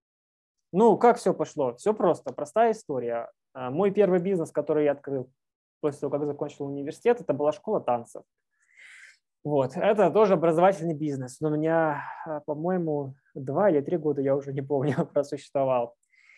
Ну, как все пошло? Все просто, простая история. Мой первый бизнес, который я открыл, после того, как закончил университет, это была школа танцев. Вот, это тоже образовательный бизнес, но у меня, по-моему, два или три года, я уже не помню, просуществовал.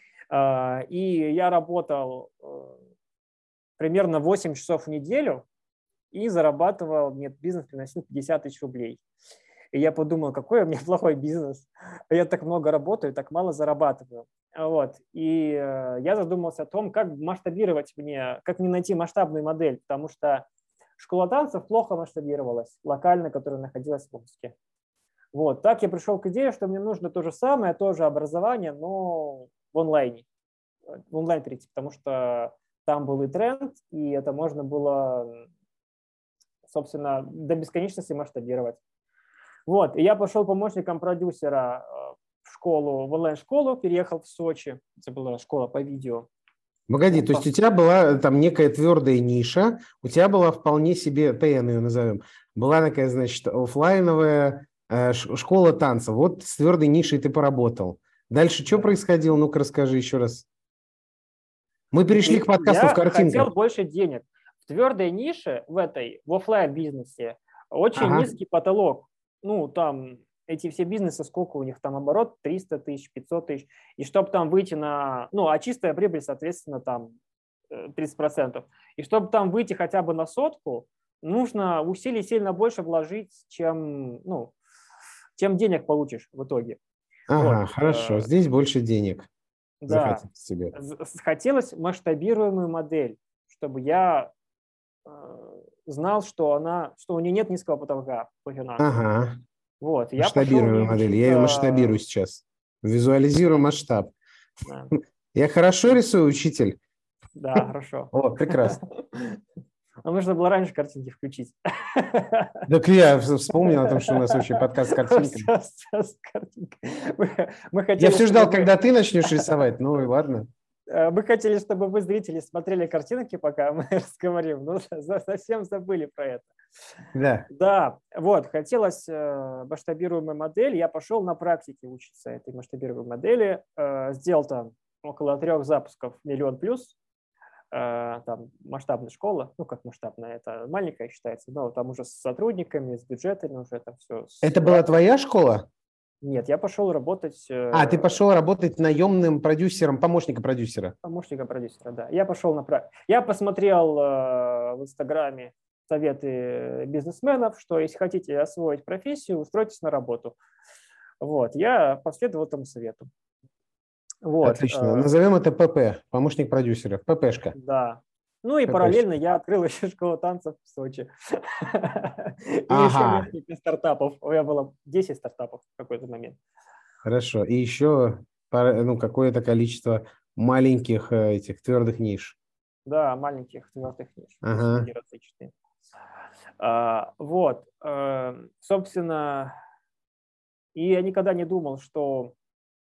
И я работал примерно восемь часов в неделю и зарабатывал, мне бизнес приносил пятьдесят тысяч рублей. И я подумал, какой у меня плохой бизнес. Я так много работаю, так мало зарабатываю. Вот. И я задумался о том, как масштабировать мне, как мне найти масштабную модель, потому что школа танцев плохо масштабировалась, локально, которая находилась в Омске. Вот. Так я пришел к идее, что мне нужно то же самое, тоже образование, но в онлайне. В онлайн перейти, потому что там был и тренд, и это можно было, собственно, до бесконечности масштабировать. Вот. И я пошел помощником продюсера в школу, в онлайн-школу, переехал в Сочи. Это была школа по видео. Погоди, то есть у тебя была там некая твердая ниша, у тебя была вполне себе, ТН ее назовем, была такая, значит, офлайновая э, школа танцев. Вот с твердой нишей ты поработал. Дальше что да. происходило? Ну-ка расскажи еще раз. Мы перешли к подкасту я в картинках. Я хотел больше денег. В твердой нише, в этой, в офлайн-бизнесе, очень ага. низкий потолок. Ну, там... Эти все бизнесы, сколько у них там оборот, триста тысяч, пятьсот тысяч. И чтобы там выйти на... Ну, а чистая прибыль, соответственно, там тридцать процентов. И чтобы там выйти хотя бы на сотку, нужно усилий сильно больше вложить, чем, ну, чем денег получишь в итоге. Ага, вот. Хорошо. Здесь больше денег. Да. Себе. Хотелось масштабируемую модель, чтобы я знал, что, она, что у нее нет низкого потолка по финансам. Ага. Вот, масштабируемую модель. Учиться... Я ее масштабирую сейчас. Визуализирую масштаб. Да. Я хорошо рисую, учитель? Да, хорошо. О, прекрасно. А нужно было раньше картинки включить. Так я вспомнил о том, что у нас вообще подкаст с картинками. Я все ждал, когда ты начнешь рисовать. Ну и ладно. Мы хотели, чтобы вы, зрители, смотрели картинки, пока мы разговариваем, но совсем забыли про это. Да. Да, вот, хотелось э, масштабируемой модели, я пошел на практике учиться этой масштабируемой модели, э, сделал там около трех запусков миллион плюс, э, там масштабная школа, ну как масштабная, это маленькая считается, но там уже с сотрудниками, с бюджетами уже там все. Это была твоя школа? Нет, я пошел работать... Э, а, ты пошел работать наемным продюсером, помощника продюсера? Помощника продюсера, да. Я пошел на практику. Я посмотрел э, в Инстаграме советы бизнесменов, что если хотите освоить профессию, устройтесь на работу. Вот, я последовал этому совету. Вот. Отлично. Назовем это ПП, помощник продюсера, ППшка. Да. Ну и ППшка. Параллельно я открыл еще школу танцев в Сочи. И ага. еще несколько стартапов. У меня было десять стартапов в какой-то момент. Хорошо. И еще ну, какое-то количество маленьких этих твердых ниш. Да, маленьких твердых ниш. Ага. Uh, вот, uh, собственно, и я никогда не думал, что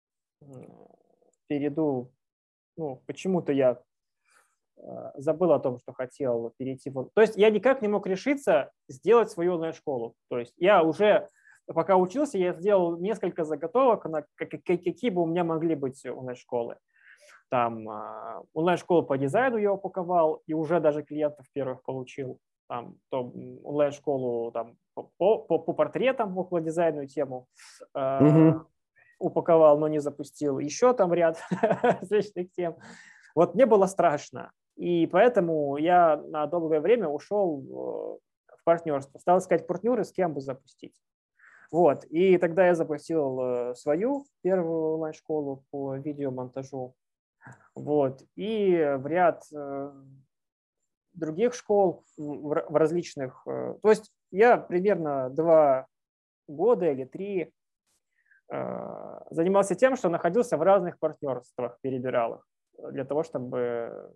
перейду, ну, почему-то я uh, забыл о том, что хотел перейти. В... То есть я никак не мог решиться сделать свою онлайн-школу. То есть я уже, пока учился, я сделал несколько заготовок, на какие бы у меня могли быть онлайн-школы. Там uh, онлайн-школу по дизайну я упаковал, и уже даже клиентов первых получил. Там, онлайн-школу там, по, по, по портретам, около дизайную тему э, угу. упаковал, но не запустил. Еще там ряд различных тем. Вот мне было страшно. И поэтому я на долгое время ушел в партнерство. Стал искать партнеры, с кем бы запустить. Вот. И тогда я запустил свою первую онлайн-школу по видеомонтажу. Вот. И в ряд... других школ в различных. То есть я примерно два года или три занимался тем, что находился в разных партнерствах, перебирал их для того, чтобы...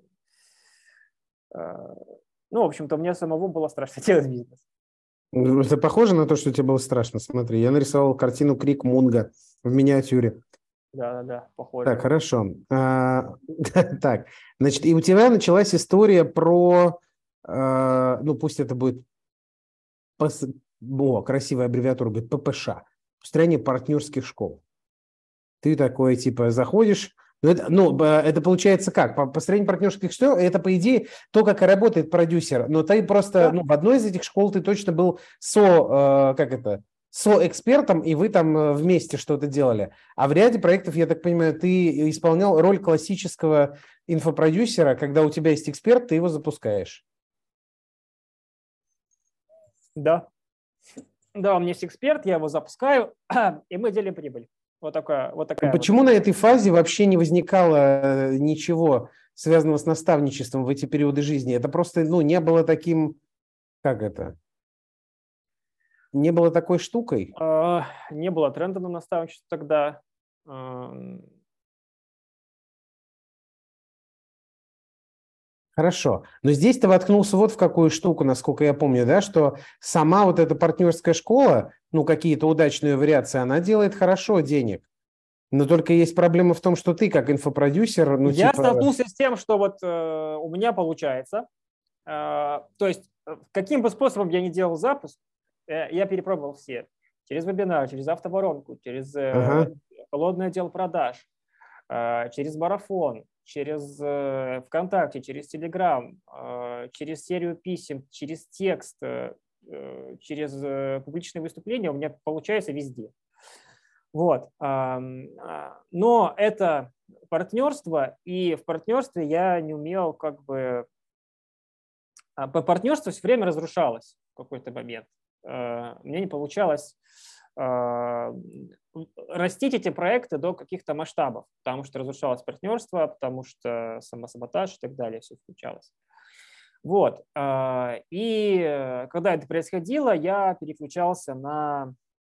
Ну, в общем-то, мне самому было страшно делать бизнес. Это похоже на то, что тебе было страшно. Смотри, я нарисовал картину Крик Мунга в миниатюре. Да, да, да, похоже. Так, хорошо. А, так, значит, и у тебя началась история про, а, ну, пусть это будет, пос, о, красивая аббревиатура будет, ППШ, построение партнерских школ. Ты такой, типа, заходишь, Ну, это, ну, это получается как? По построению партнерских школ, это, по идее, то, как и работает продюсер. Но ты просто, Да. ну, в одной из этих школ ты точно был со, э, как это, со-экспертом, и вы там вместе что-то делали. А в ряде проектов, я так понимаю, ты исполнял роль классического инфопродюсера, когда у тебя есть эксперт, ты его запускаешь. Да. Да, у меня есть эксперт, я его запускаю, и мы делим прибыль. Вот такая вот. Такая Почему вот. на этой фазе вообще не возникало ничего, связанного с наставничеством в эти периоды жизни? Это просто, ну, не было таким, как это, не было такой штукой? А, не было тренда на наставничество тогда. Хорошо. Но здесь ты воткнулся вот в какую штуку, насколько я помню, да, что сама вот эта партнерская школа, ну, какие-то удачные вариации, она делает хорошо денег. Но только есть проблема в том, что ты как инфопродюсер, ну, Я типа... столкнулся с тем, что вот э, у меня получается. Э, то есть каким бы способом я ни делал запуск, э, я перепробовал все. Через вебинар, через автоворонку, через э, Ага. холодный отдел продаж, э, через марафон, через э, ВКонтакте, через Телеграм, э, через серию писем, через текст, э, через э, публичные выступления у меня получается везде. Вот. Но это партнерство, и в партнерстве я не умел как бы... По партнерству все время разрушалось в какой-то момент. Мне не получалось растить эти проекты до каких-то масштабов, потому что разрушалось партнерство, потому что самосаботаж и так далее, все включалось. Вот. И когда это происходило, я переключался на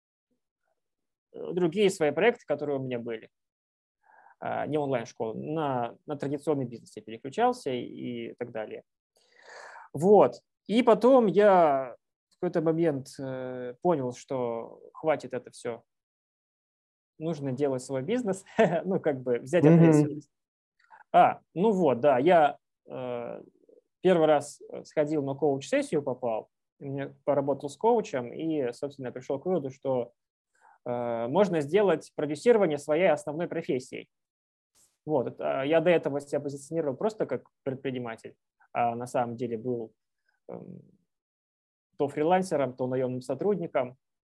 другие свои проекты, которые у меня были. Не онлайн-школы, на, на традиционный бизнес я переключался и, и так далее. Вот. И потом я в какой-то момент э, понял, что хватит это все. Нужно делать свой бизнес, ну, как бы взять ответственность. А, ну вот, да, я э, первый раз сходил на коуч-сессию, попал, поработал с коучем и, собственно, пришел к выводу, что э, можно сделать продюсирование своей основной профессией. Вот. Я до этого себя позиционировал просто как предприниматель, а на самом деле был то фрилансером, то наемным сотрудником.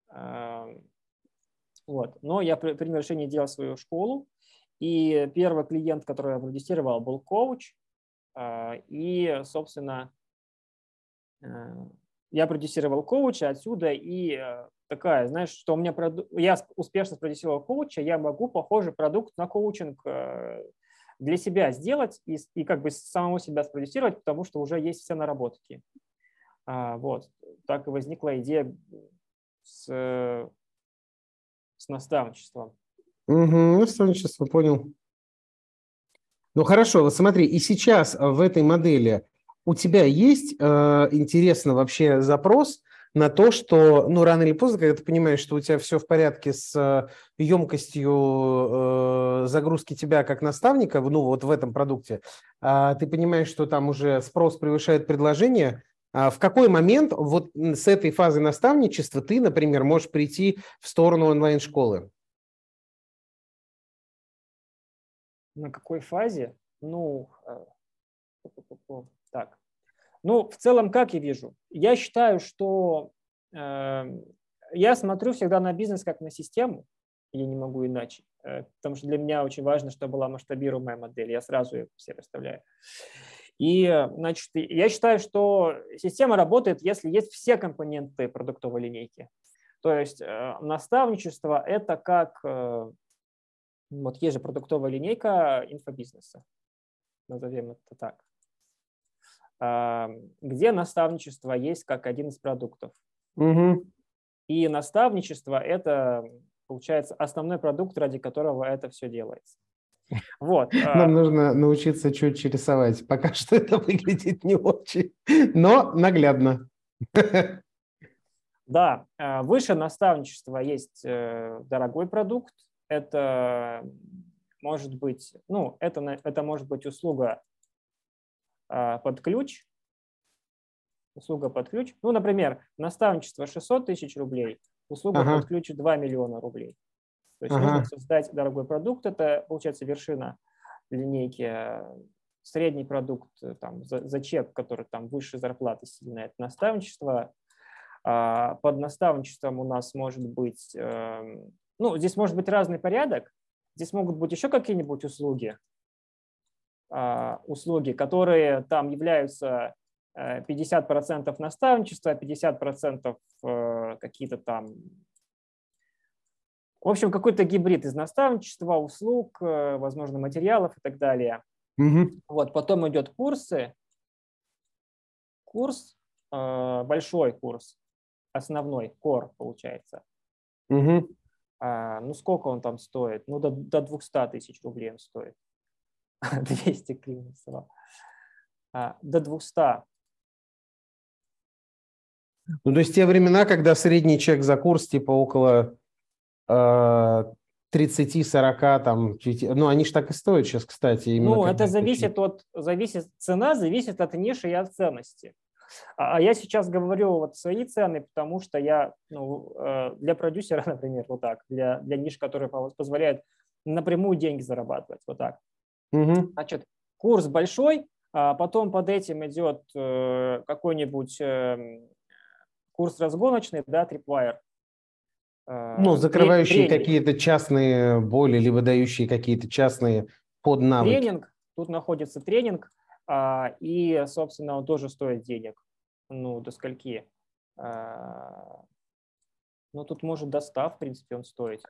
Вот. Но я принял решение делать свою школу, и первый клиент, который я продюсировал, был коуч, и, собственно, я продюсировал коуча отсюда, и такая, знаешь, что у меня проду... я успешно спродюсировал коуча, я могу похожий продукт на коучинг для себя сделать и, и как бы самому себя спродюсировать, потому что уже есть все наработки. А, вот. Так и возникла идея с, с наставничеством. Угу, наставничество, понял. Ну хорошо, вот смотри, и сейчас в этой модели у тебя есть, э, интересно, вообще запрос на то, что, ну, рано или поздно, когда ты понимаешь, что у тебя все в порядке с э, емкостью э, загрузки тебя как наставника, ну, вот в этом продукте, э, ты понимаешь, что там уже спрос превышает предложение, э, в какой момент вот с этой фазы наставничества ты, например, можешь прийти в сторону онлайн-школы? На какой фазе? Ну, так. Ну, в целом, как я вижу? Я считаю, что э, я смотрю всегда на бизнес как на систему, я не могу иначе, э, потому что для меня очень важно, чтобы была масштабируемая модель, я сразу ее все представляю. И, значит, я считаю, что система работает, если есть все компоненты продуктовой линейки. То есть э, наставничество – это как… Э, вот есть же продуктовая линейка инфобизнеса, назовем это так, где наставничество есть как один из продуктов. Угу. И наставничество – это, получается, основной продукт, ради которого это все делается. Вот. Нам нужно научиться чуть рисовать. Пока что это выглядит не очень, но наглядно. Да, выше наставничества есть дорогой продукт. Это может быть, ну, это, это может быть услуга под ключ. Услуга под ключ. Ну, например, наставничество шестьсот тысяч рублей, услуга ага. под ключ два миллиона рублей. То есть ага. нужно создать дорогой продукт, это, получается, вершина. линейке средний продукт там, за, за чек, который там выше зарплаты сильно, это наставничество. А под наставничеством у нас может быть, э, ну, здесь может быть разный порядок, здесь могут быть еще какие-нибудь услуги, э, услуги, которые там являются пятьдесят процентов наставничества, пятьдесят процентов э, какие-то там, в общем, какой-то гибрид из наставничества, услуг, э, возможно, материалов и так далее. Угу. Вот, потом идет курсы, курс, э, большой курс, основной, core получается. Угу. А, ну, сколько он там стоит? Ну, до, до двухсот тысяч рублей он стоит. двести гривен. А, до двухсот. Ну, то есть те времена, когда средний чек за курс типа около э, тридцати-сорока, там, ну, они же так и стоят сейчас, кстати. Ну, это зависит от, зависит, цена зависит от ниши и от ценности. А я сейчас говорю вот свои цены, потому что я, ну, для продюсера, например, вот так, для, для ниш, которые позволяют напрямую деньги зарабатывать, вот так. Угу. Значит, курс большой, а потом под этим идет какой-нибудь курс разгоночный, да, Tripwire. Ну, закрывающие какие-то частные боли, либо дающие какие-то частные поднавыки. Тренинг, тут находится тренинг, и, собственно, он тоже стоит денег. Ну, до скольки? Ну, тут может до ста, в принципе, он стоит.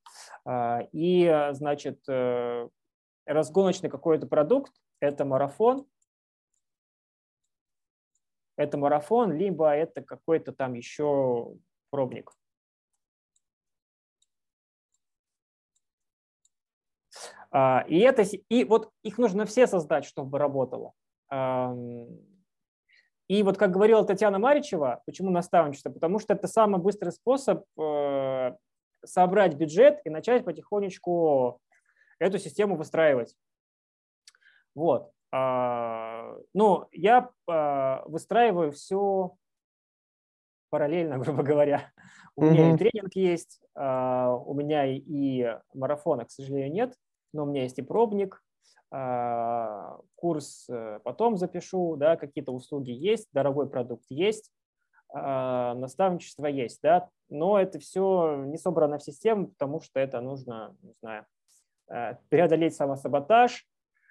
И, значит, разгоночный какой-то продукт – это марафон. Это марафон, либо это какой-то там еще пробник. И, это, и вот их нужно все создать, чтобы работало. И вот как говорила Татьяна Маричева, почему наставничество? Потому что это самый быстрый способ собрать бюджет и начать потихонечку эту систему выстраивать. Вот. Ну, я выстраиваю все параллельно, грубо говоря. У mm-hmm. меня и тренинг есть, у меня и марафона, к сожалению, нет, но у меня есть и пробник, курс потом запишу, да, какие-то услуги есть, дорогой продукт есть, наставничество есть, да, но это все не собрано в систему, потому что это нужно, не знаю, преодолеть самосаботаж,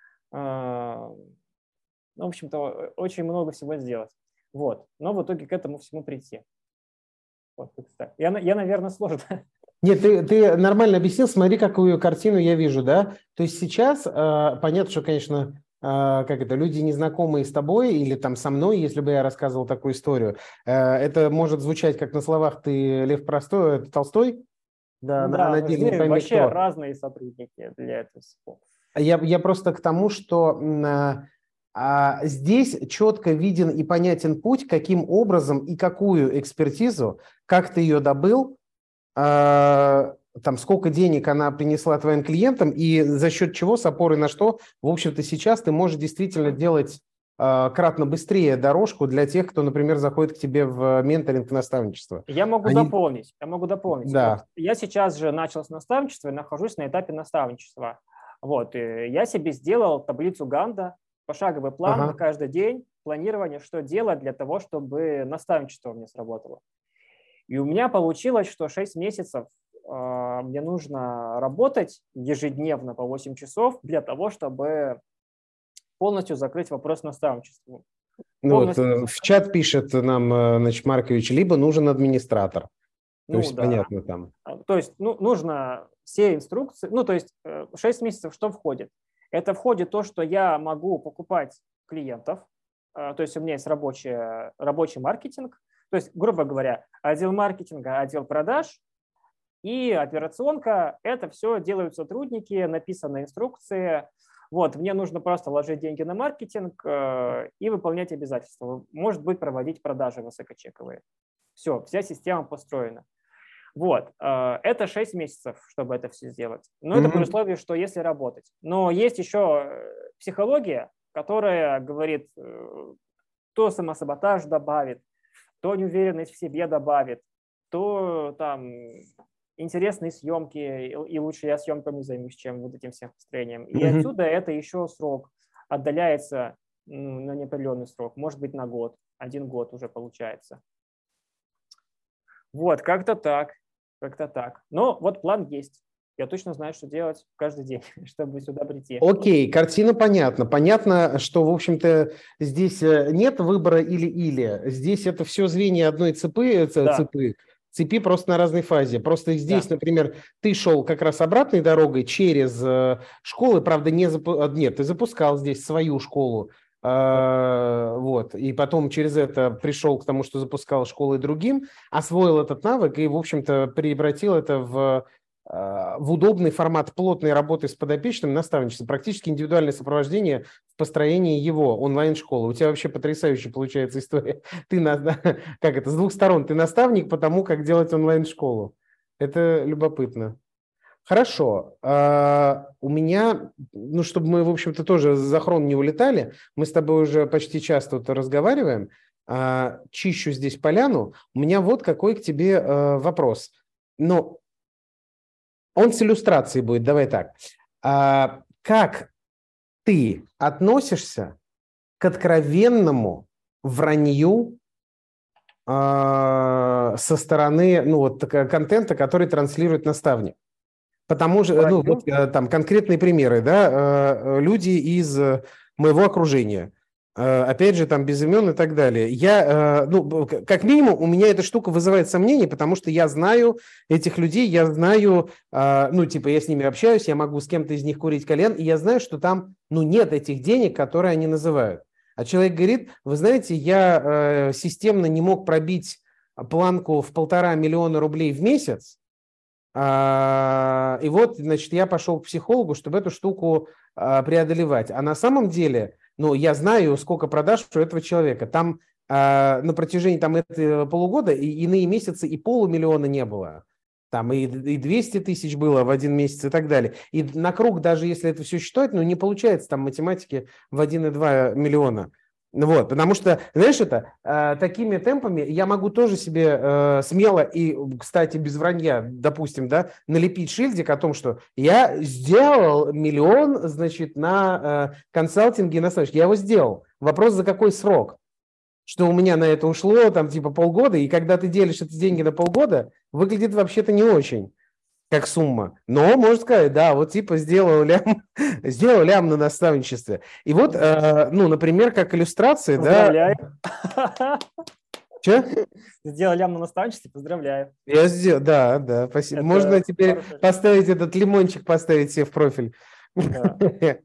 ну, в общем-то, очень много всего сделать. Вот. Но в итоге к этому всему прийти. Вот, я, я, наверное, сложно. Нет, ты, ты нормально объяснил, смотри, какую картину я вижу, да? То есть сейчас, э, понятно, что, конечно, э, как это, люди, незнакомые с тобой или там со мной, если бы я рассказывал такую историю, э, это может звучать как на словах «ты Лев Простой, это Толстой?» Да, ну, да, на деле не пойми вообще кто. разные сотрудники для этого всего. Я, я просто к тому, что а, а, здесь четко виден и понятен путь, каким образом и какую экспертизу, как ты ее добыл, а, там, сколько денег она принесла твоим клиентам и за счет чего, с опорой на что, в общем-то, сейчас ты можешь действительно делать а, кратно быстрее дорожку для тех, кто, например, заходит к тебе в менторинг, наставничество. Я могу Они... дополнить. Я могу дополнить. Да. Вот я сейчас же начал с наставничества и нахожусь на этапе наставничества. Вот, и я себе сделал таблицу Ганда, пошаговый план ага. на каждый день, планирование, что делать для того, чтобы наставничество у меня сработало. И у меня получилось, что шесть месяцев э, мне нужно работать ежедневно по восемь часов для того, чтобы полностью закрыть вопрос наставничества. Ну вот, э, в чат пишет нам, значит, Маркович, либо нужен администратор. То ну, есть да. понятно там. То есть ну, нужно все инструкции, ну то есть шесть месяцев что входит? Это входит то, что я могу покупать клиентов, то есть у меня есть рабочий, рабочий маркетинг, то есть, грубо говоря, отдел маркетинга, отдел продаж и операционка, это все делают сотрудники, написаны инструкции. Вот, мне нужно просто ложить деньги на маркетинг и выполнять обязательства. Может быть, проводить продажи высокочековые. Все, вся система построена. Вот, это шесть месяцев, чтобы это все сделать. Но mm-hmm. это при условии, что если работать. Но есть еще психология, которая говорит, то самосаботаж добавит, то неуверенность в себе добавит, то там интересные съемки, и лучше я съемками займусь, чем вот этим всем построением. И Мгм. отсюда это еще срок отдаляется на неопределенный срок, может быть, на год, один год уже получается. Вот, как-то так, как-то так. Но вот план есть. Я точно знаю, что делать каждый день, чтобы сюда прийти. Окей, картина понятна. Понятно, что, в общем-то, здесь нет выбора или-или. Здесь это все звенья одной цепи, Да, цепи, цепи просто на разной фазе. Просто здесь, да. например, ты шел как раз обратной дорогой через э, школы, правда, не запу... а, нет, ты запускал здесь свою школу, Да. э, вот, и потом через это пришел к тому, что запускал школы другим, освоил этот навык и, в общем-то, превратил это в в удобный формат плотной работы с подопечным наставничества, практически индивидуальное сопровождение в построении его онлайн-школы. У тебя вообще потрясающая получается история. Ты, на, как это, с двух сторон, ты наставник по тому, как делать онлайн-школу. Это любопытно. Хорошо. А, у меня, ну, чтобы мы, в общем-то, тоже за хрон не улетали, мы с тобой уже почти час тут разговариваем, а, чищу здесь поляну. У меня вот какой к тебе а, вопрос. Ну, он с иллюстрацией будет, давай так. А, как ты относишься к откровенному вранью а, со стороны, ну, вот, контента, который транслирует наставник? Потому что, ну, вот там конкретные примеры, да, люди из моего окружения, опять же, там без имен и так далее. Я, ну, как минимум, у меня эта штука вызывает сомнения, потому что я знаю этих людей, я знаю, ну, типа, я с ними общаюсь, я могу с кем-то из них курить кальян, и я знаю, что там, ну, нет этих денег, которые они называют. А человек говорит, вы знаете, я системно не мог пробить планку в полтора миллиона рублей в месяц, и вот, значит, я пошел к психологу, чтобы эту штуку преодолевать. А на самом деле, ну, я знаю, сколько продаж у этого человека. Там на протяжении там, этого полугода и иные месяцы и полумиллиона не было. Там и, и двести тысяч было в один месяц и так далее. И на круг, даже если это все считать, ну, не получается там математики в один и два миллиона. Вот, потому что, знаешь, это э, такими темпами я могу тоже себе э, смело и, кстати, без вранья, допустим, да, налепить шильдик о том, что я сделал миллион, значит, на э, консалтинге, на знаешь, я его сделал. Вопрос, за какой срок? Что у меня на это ушло, там, типа, полгода, и когда ты делишь эти деньги на полгода, выглядит вообще-то не очень как сумма. Но, можно сказать, да, вот типа сделал лям, сделал лям на наставничестве. И вот, э, ну, например, как иллюстрации, Поздравляю. да... Че? Сделал лям на наставничестве, поздравляю. Я сделал, да, да, спасибо. Это Можно теперь хорошая... поставить этот лимончик, поставить себе в профиль. Да.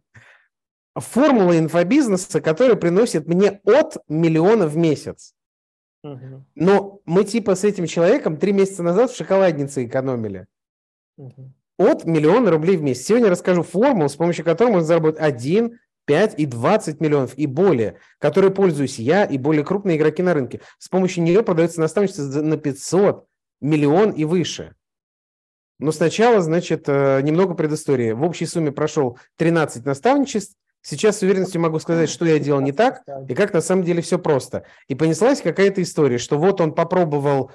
Формула инфобизнеса, которая приносит мне от миллиона в месяц. Угу. Но мы типа с этим человеком три месяца назад в шоколаднице экономили. Угу. От миллиона рублей в месяц. Сегодня расскажу формулу, с помощью которой можно заработать один, пять и двадцать миллионов и более, которой пользуюсь я и более крупные игроки на рынке. С помощью нее продается наставничество на пятьсот, миллион и выше. Но сначала, значит, немного предыстории. В общей сумме прошел тринадцать наставничеств. Сейчас с уверенностью могу сказать, что я делал не так, и как на самом деле все просто. И понеслась какая-то история, что вот он попробовал...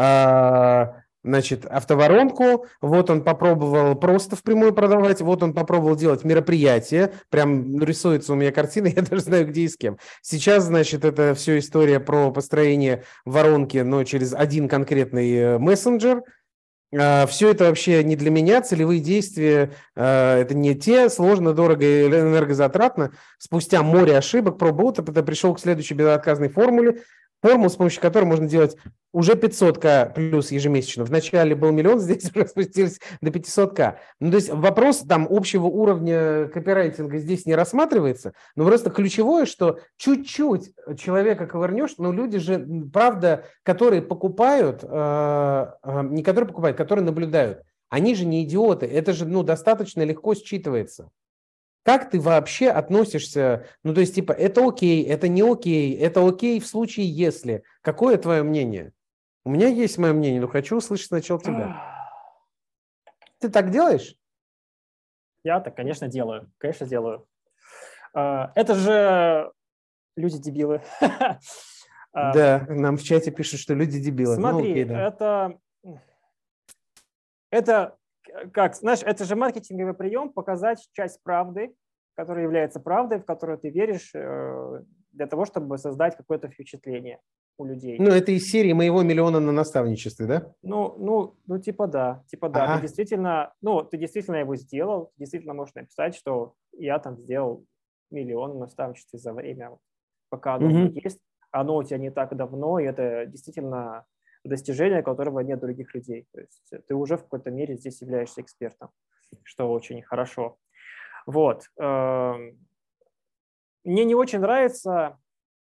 Значит, автоворонку, вот он попробовал просто впрямую продавать, вот он попробовал делать мероприятие, прям рисуется у меня картина, я даже знаю, где и с кем. Сейчас, значит, это все история про построение воронки, но через один конкретный мессенджер. Все это вообще не для меня, целевые действия, это не те, сложно, дорого и энергозатратно. Спустя море ошибок, проб и опыта, пришел к следующей безотказной формуле, формулу, с помощью которой можно делать уже пятьсот тысяч плюс ежемесячно. Вначале был миллион, здесь уже спустились до пятьсот тысяч. Ну, то есть вопрос там общего уровня копирайтинга здесь не рассматривается, но просто ключевое, что чуть-чуть человека ковырнешь, но люди же, правда, которые покупают, э, э, не которые покупают, которые наблюдают, они же не идиоты, это же, ну, достаточно легко считывается. Как ты вообще относишься, ну, то есть, типа, это окей, это не окей, это окей в случае, если. Какое твое мнение? У меня есть мое мнение, но хочу услышать сначала тебя. Ты так делаешь? Я так, конечно, делаю. Конечно, делаю. Это же люди-дебилы. Да, нам в чате пишут, что люди-дебилы. Смотри, ну, окей, да. это... это, как, знаешь, это же маркетинговый прием показать часть правды, которая является правдой, в которую ты веришь, для того, чтобы создать какое-то впечатление у людей. Ну, это из серии «Моего миллиона на наставничестве», да? Ну, ну, ну, типа да, типа да. Ты действительно, ну, ты действительно его сделал, ты действительно можешь написать, что я там сделал миллион в наставничестве за время, пока оно угу. есть. Оно у тебя не так давно, и это действительно достижение, которого нет других людей. То есть ты уже в какой-то мере здесь являешься экспертом, что очень хорошо. Вот. Мне не очень нравится,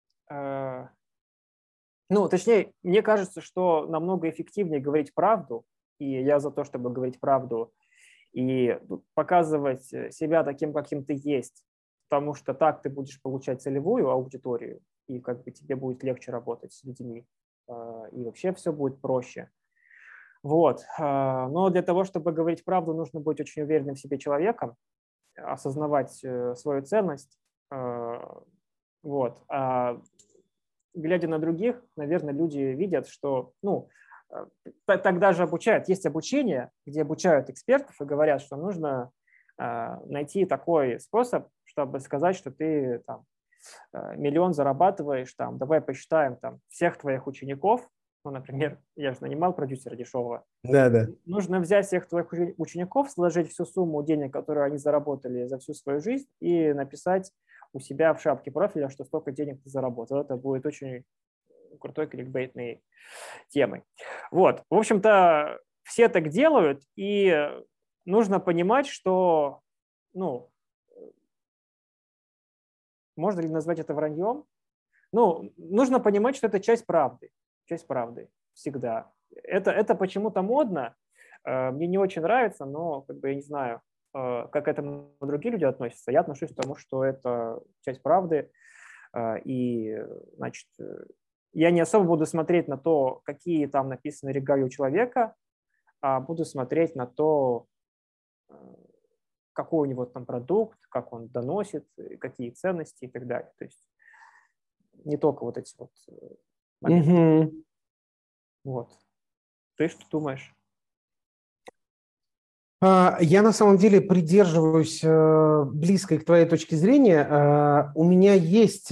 ну, точнее, мне кажется, что намного эффективнее говорить правду, и я за то, чтобы говорить правду и показывать себя таким, каким ты есть, потому что так ты будешь получать целевую аудиторию, и как бы тебе будет легче работать с людьми, и вообще все будет проще. Вот. Но для того, чтобы говорить правду, нужно быть очень уверенным в себе человеком, осознавать свою ценность. Вот. А глядя на других, наверное, люди видят, что, ну, тогда же обучают. Есть обучение, где обучают экспертов и говорят, что нужно найти такой способ, чтобы сказать, что ты там миллион зарабатываешь, там, давай посчитаем там всех твоих учеников. Ну, например, я же нанимал продюсера дешевого. Да, да. Нужно взять всех твоих учеников, сложить всю сумму денег, которую они заработали за всю свою жизнь, и написать у себя в шапке профиля, что столько денег ты заработал. Это будет очень крутой кликбейтной темой. Вот. В общем-то, все так делают, и нужно понимать, что, ну, можно ли назвать это враньем? Ну, нужно понимать, что это часть правды. Часть правды всегда. Это, это почему-то модно. Мне не очень нравится, но как бы я не знаю, как к этому другие люди относятся. Я отношусь к тому, что это часть правды. И, значит, я не особо буду смотреть на то, какие там написаны регалии у человека, а буду смотреть на то, какой у него там продукт, как он доносит, какие ценности и так далее. То есть не только вот эти вот моменты. Угу. Вот. Ты что думаешь? Я на самом деле придерживаюсь близкой к твоей точке зрения. У меня есть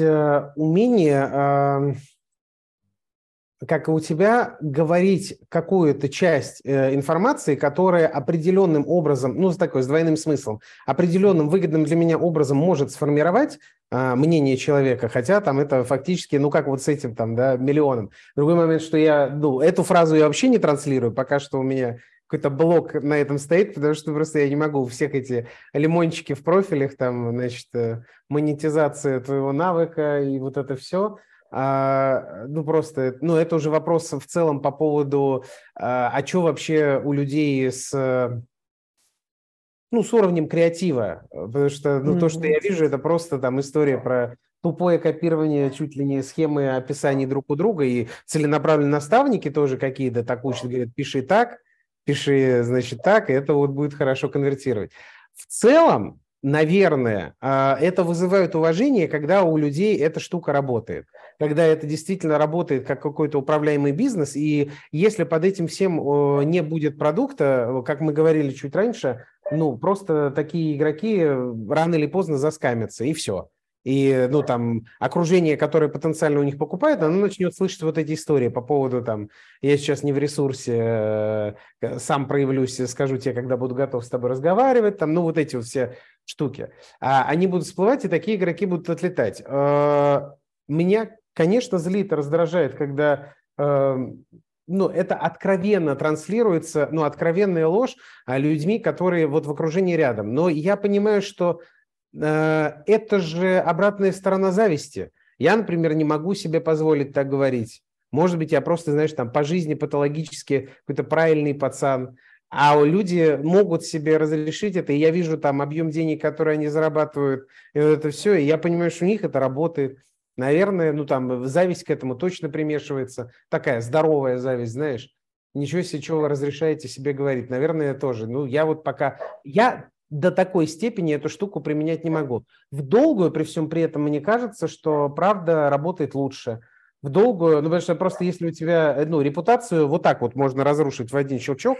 умение, как и у тебя, говорить какую-то часть информации, которая определенным образом, ну, с такой, с двойным смыслом, определенным выгодным для меня образом может сформировать мнение человека, хотя там это фактически, ну, как вот с этим там, да, миллионом. Другой момент, что я, ну, эту фразу я вообще не транслирую, пока что у меня какой-то блок на этом стоит, потому что просто я не могу всех эти лимончики в профилях, там, значит, монетизация твоего навыка и вот это все. А, ну, просто, ну, это уже вопрос в целом по поводу, а, а что вообще у людей с, ну, с уровнем креатива, потому что, ну, mm-hmm. то, что я вижу, это просто там история про тупое копирование чуть ли не схемы описаний друг у друга, и целенаправленные наставники тоже какие-то так учат, говорят, пиши так, пиши, значит, так, и это вот будет хорошо конвертировать. В целом, наверное, это вызывает уважение, когда у людей эта штука работает. Когда это действительно работает как какой-то управляемый бизнес, и если под этим всем не будет продукта, как мы говорили чуть раньше, ну, просто такие игроки рано или поздно заскамятся, и все. И, ну, там, окружение, которое потенциально у них покупает, оно начнет слышать вот эти истории по поводу, там, я сейчас не в ресурсе, сам проявлюсь, скажу тебе, когда буду готов с тобой разговаривать, там, ну, вот эти вот все штуки. А они будут всплывать, и такие игроки будут отлетать. Меня, конечно, злит, раздражает, когда, ну, это откровенно транслируется, ну, откровенная ложь людьми, которые вот в окружении рядом. Но я понимаю, что это же обратная сторона зависти. Я, например, не могу себе позволить так говорить. Может быть, я просто, знаешь, там по жизни патологически какой-то правильный пацан, а люди могут себе разрешить это, и я вижу там объем денег, которые они зарабатывают, и вот это все, и я понимаю, что у них это работает. Наверное, ну там зависть к этому точно примешивается. Такая здоровая зависть, знаешь. Ничего себе, что вы разрешаете себе говорить. Наверное, тоже. Ну, я вот пока... Я... до такой степени эту штуку применять не могу. В долгую, при всем при этом, мне кажется, что правда работает лучше. В долгую, ну, потому что просто если у тебя, ну, репутацию вот так вот можно разрушить в один щелчок,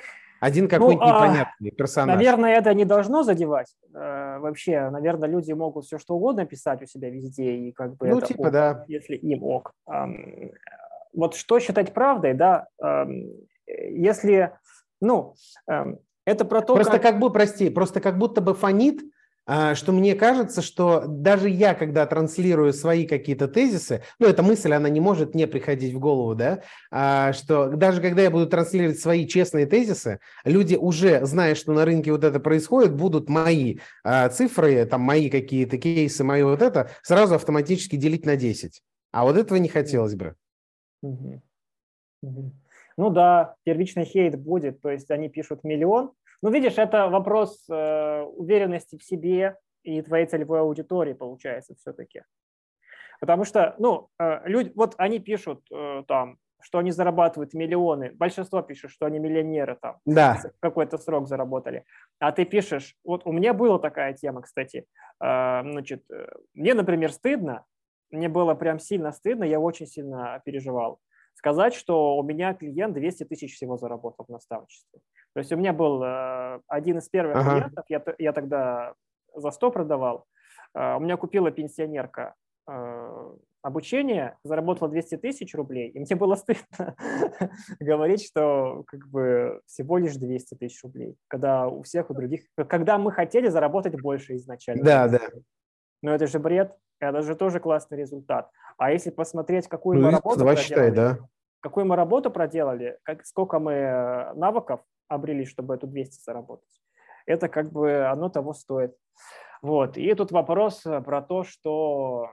Один Ну, какой-нибудь а, непонятный персонаж. наверное, это не должно задевать. Э, Вообще, наверное, люди могут все что угодно писать у себя везде, и как бы Ну, это типа, ок, да. если им ок. Ам, Вот что считать правдой, да? Ам, Если, ну, ам, это про то, Просто как... как бы, прости, просто как будто бы фонит, а, что мне кажется, что даже я, когда транслирую свои какие-то тезисы, ну, эта мысль, она не может не приходить в голову, да, а, что даже когда я буду транслировать свои честные тезисы, люди уже, зная, что на рынке вот это происходит, будут мои а, цифры, там, мои какие-то кейсы, мои вот это, сразу автоматически делить на десять. А вот этого не хотелось бы. Мгм. Мгм. Ну да, первичный хейт будет, то есть они пишут миллион. Ну, видишь, это вопрос э, уверенности в себе и твоей целевой аудитории, получается, все-таки. Потому что, ну, э, люди, вот они пишут э, там, что они зарабатывают миллионы, большинство пишет, что они миллионеры там, Да. какой-то срок заработали. А ты пишешь, вот у меня была такая тема, кстати, э, значит, э, мне, например, стыдно, мне было прям сильно стыдно, я очень сильно переживал, сказать, что у меня клиент двести тысяч всего заработал в наставничестве. То есть у меня был э, один из первых Ага. клиентов, я, я тогда за сто продавал, э, у меня купила пенсионерка э, обучение, заработала двести тысяч рублей, и мне было стыдно говорить, что как бы всего лишь двести тысяч рублей, когда у всех, у других, когда мы хотели заработать больше изначально. Да, да. Но это же бред, это же тоже классный результат. А если посмотреть, какую Ну, мы визит работу два считай, проделали, да. какую мы работу проделали, как, сколько мы э, навыков обрели, чтобы эту двести заработать, это как бы оно того стоит. Вот. И тут вопрос э, про то, что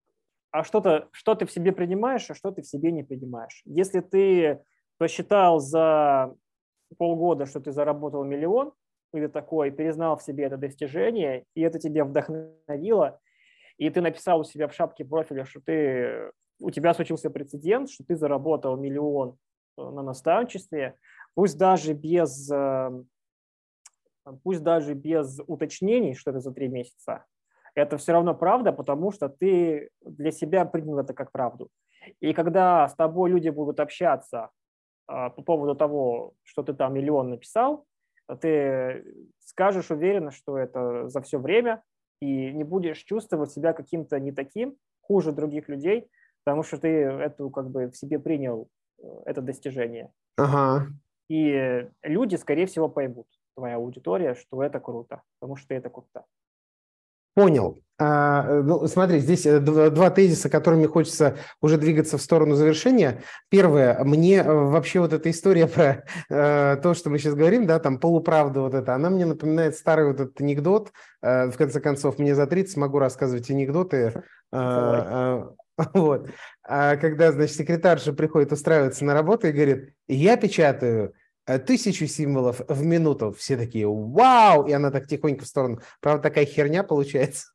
а что-то, что ты в себе принимаешь, а что ты в себе не принимаешь. Если ты посчитал за полгода, что ты заработал миллион, или такой, перезнал в себе это достижение, и это тебя вдохновило, и ты написал у себя в шапке профиля, что ты, у тебя случился прецедент, что ты заработал миллион на наставничестве, пусть даже без, пусть даже без уточнений, что это за три месяца, это все равно правда, потому что ты для себя принял это как правду. И когда с тобой люди будут общаться а, по поводу того, что ты там миллион написал, ты скажешь уверенно, что это за все время, и не будешь чувствовать себя каким-то не таким, хуже других людей, потому что ты эту как бы в себе принял э, это достижение. Ага. И люди, скорее всего, поймут, твоя аудитория, что это круто, потому что это круто. Понял. А, ну, смотри, здесь э, два, два тезиса, которыми хочется уже двигаться в сторону завершения. Первое, мне э, вообще вот эта история про э, то, что мы сейчас говорим, да, там полуправда вот это, она мне напоминает старый вот этот анекдот. Э, в конце концов, мне за тридцать могу рассказывать анекдоты. Давай. Э, э, вот. А когда, значит, секретарша приходит устраиваться на работу и говорит, я печатаю тысячу символов в минуту. Все такие, вау! И она так тихонько в сторону. Правда, такая херня получается.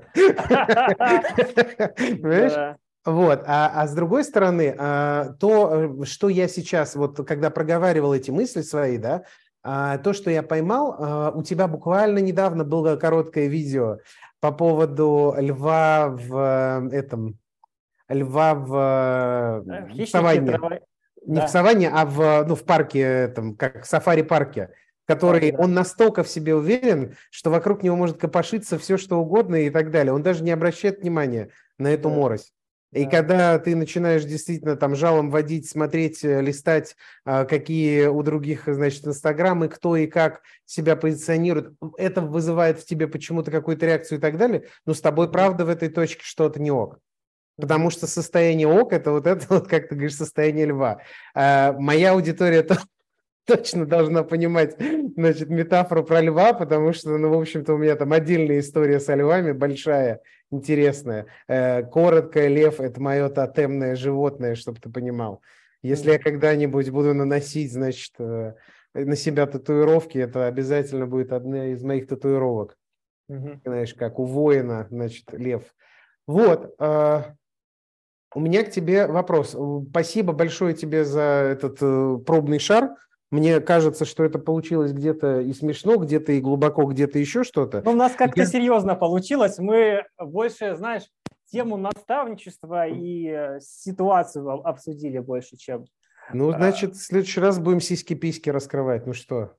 Понимаешь? Да. Вот. А, а с другой стороны, а, то, что я сейчас, вот когда проговаривал эти мысли свои, да, а, то, что я поймал, а, у тебя буквально недавно было короткое видео по поводу льва в этом, льва в, в Хищники саванне. трава. Не в Да, саванне, а в, ну, в парке, там, как в сафари-парке, парки, который да. он настолько в себе уверен, что вокруг него может копошиться все, что угодно и так далее. Он даже не обращает внимания на эту Да, морось. И да. когда ты начинаешь действительно там жалом водить, смотреть, э, листать, а, какие у других, значит, инстаграмы, кто и как себя позиционирует, это вызывает в тебе почему-то какую-то реакцию и так далее, но с тобой Мгм. правда в этой точке что-то не ок. Потому Мгм. что состояние ок – это вот это, вот, как ты говоришь, состояние льва. А моя аудитория то, точно должна понимать, значит, метафору про льва, потому что, ну, в общем-то, у меня там отдельная история со львами, большая, интересная. Э, коротко, лев – это мое тотемное животное, чтобы ты понимал. Если я Мгм. когда-нибудь буду наносить, значит, э, на себя татуировки, это обязательно будет одна из моих татуировок. Мгм. Знаешь, как у воина, значит, лев. Вот. э, У меня к тебе вопрос. Спасибо большое тебе за этот э, пробный шар. Мне кажется, что это получилось где-то и смешно, где-то и глубоко, где-то еще что-то. Ну, у нас как-то Я- серьезно получилось. Мы больше, знаешь, тему наставничества и э, ситуацию об- обсудили больше, чем... Ну, э, значит, в следующий раз будем сиськи-письки раскрывать. Ну что?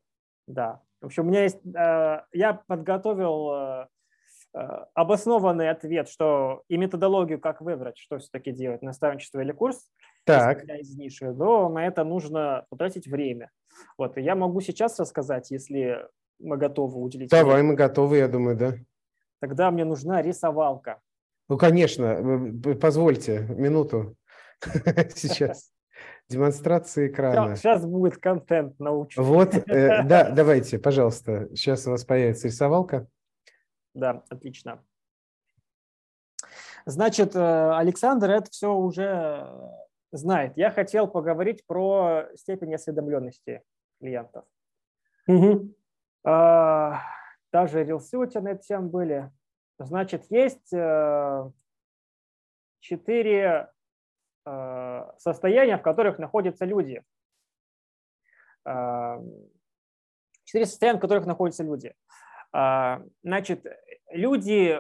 Да. В общем, у меня есть, я подготовил обоснованный ответ, что и методологию, как выбрать, что все-таки делать, наставничество или курс, Так, исходя из ниши, но на это нужно потратить время. Вот, и я могу сейчас рассказать, если мы готовы уделить давай, время. мы готовы, я думаю, да. Тогда мне нужна рисовалка. Ну, конечно, позвольте минуту сейчас. Демонстрация экрана. Сейчас будет контент научный. Вот, э, да, давайте, пожалуйста, сейчас у вас появится рисовалка. Да, отлично. Значит, Александр это все уже знает. Я хотел поговорить про степень осведомленности клиентов. Угу. А, даже рилсы у тебя на эту тему были. Значит, есть четыре состояния, в которых находятся люди. Четыре состояния, в которых находятся люди. Значит, люди,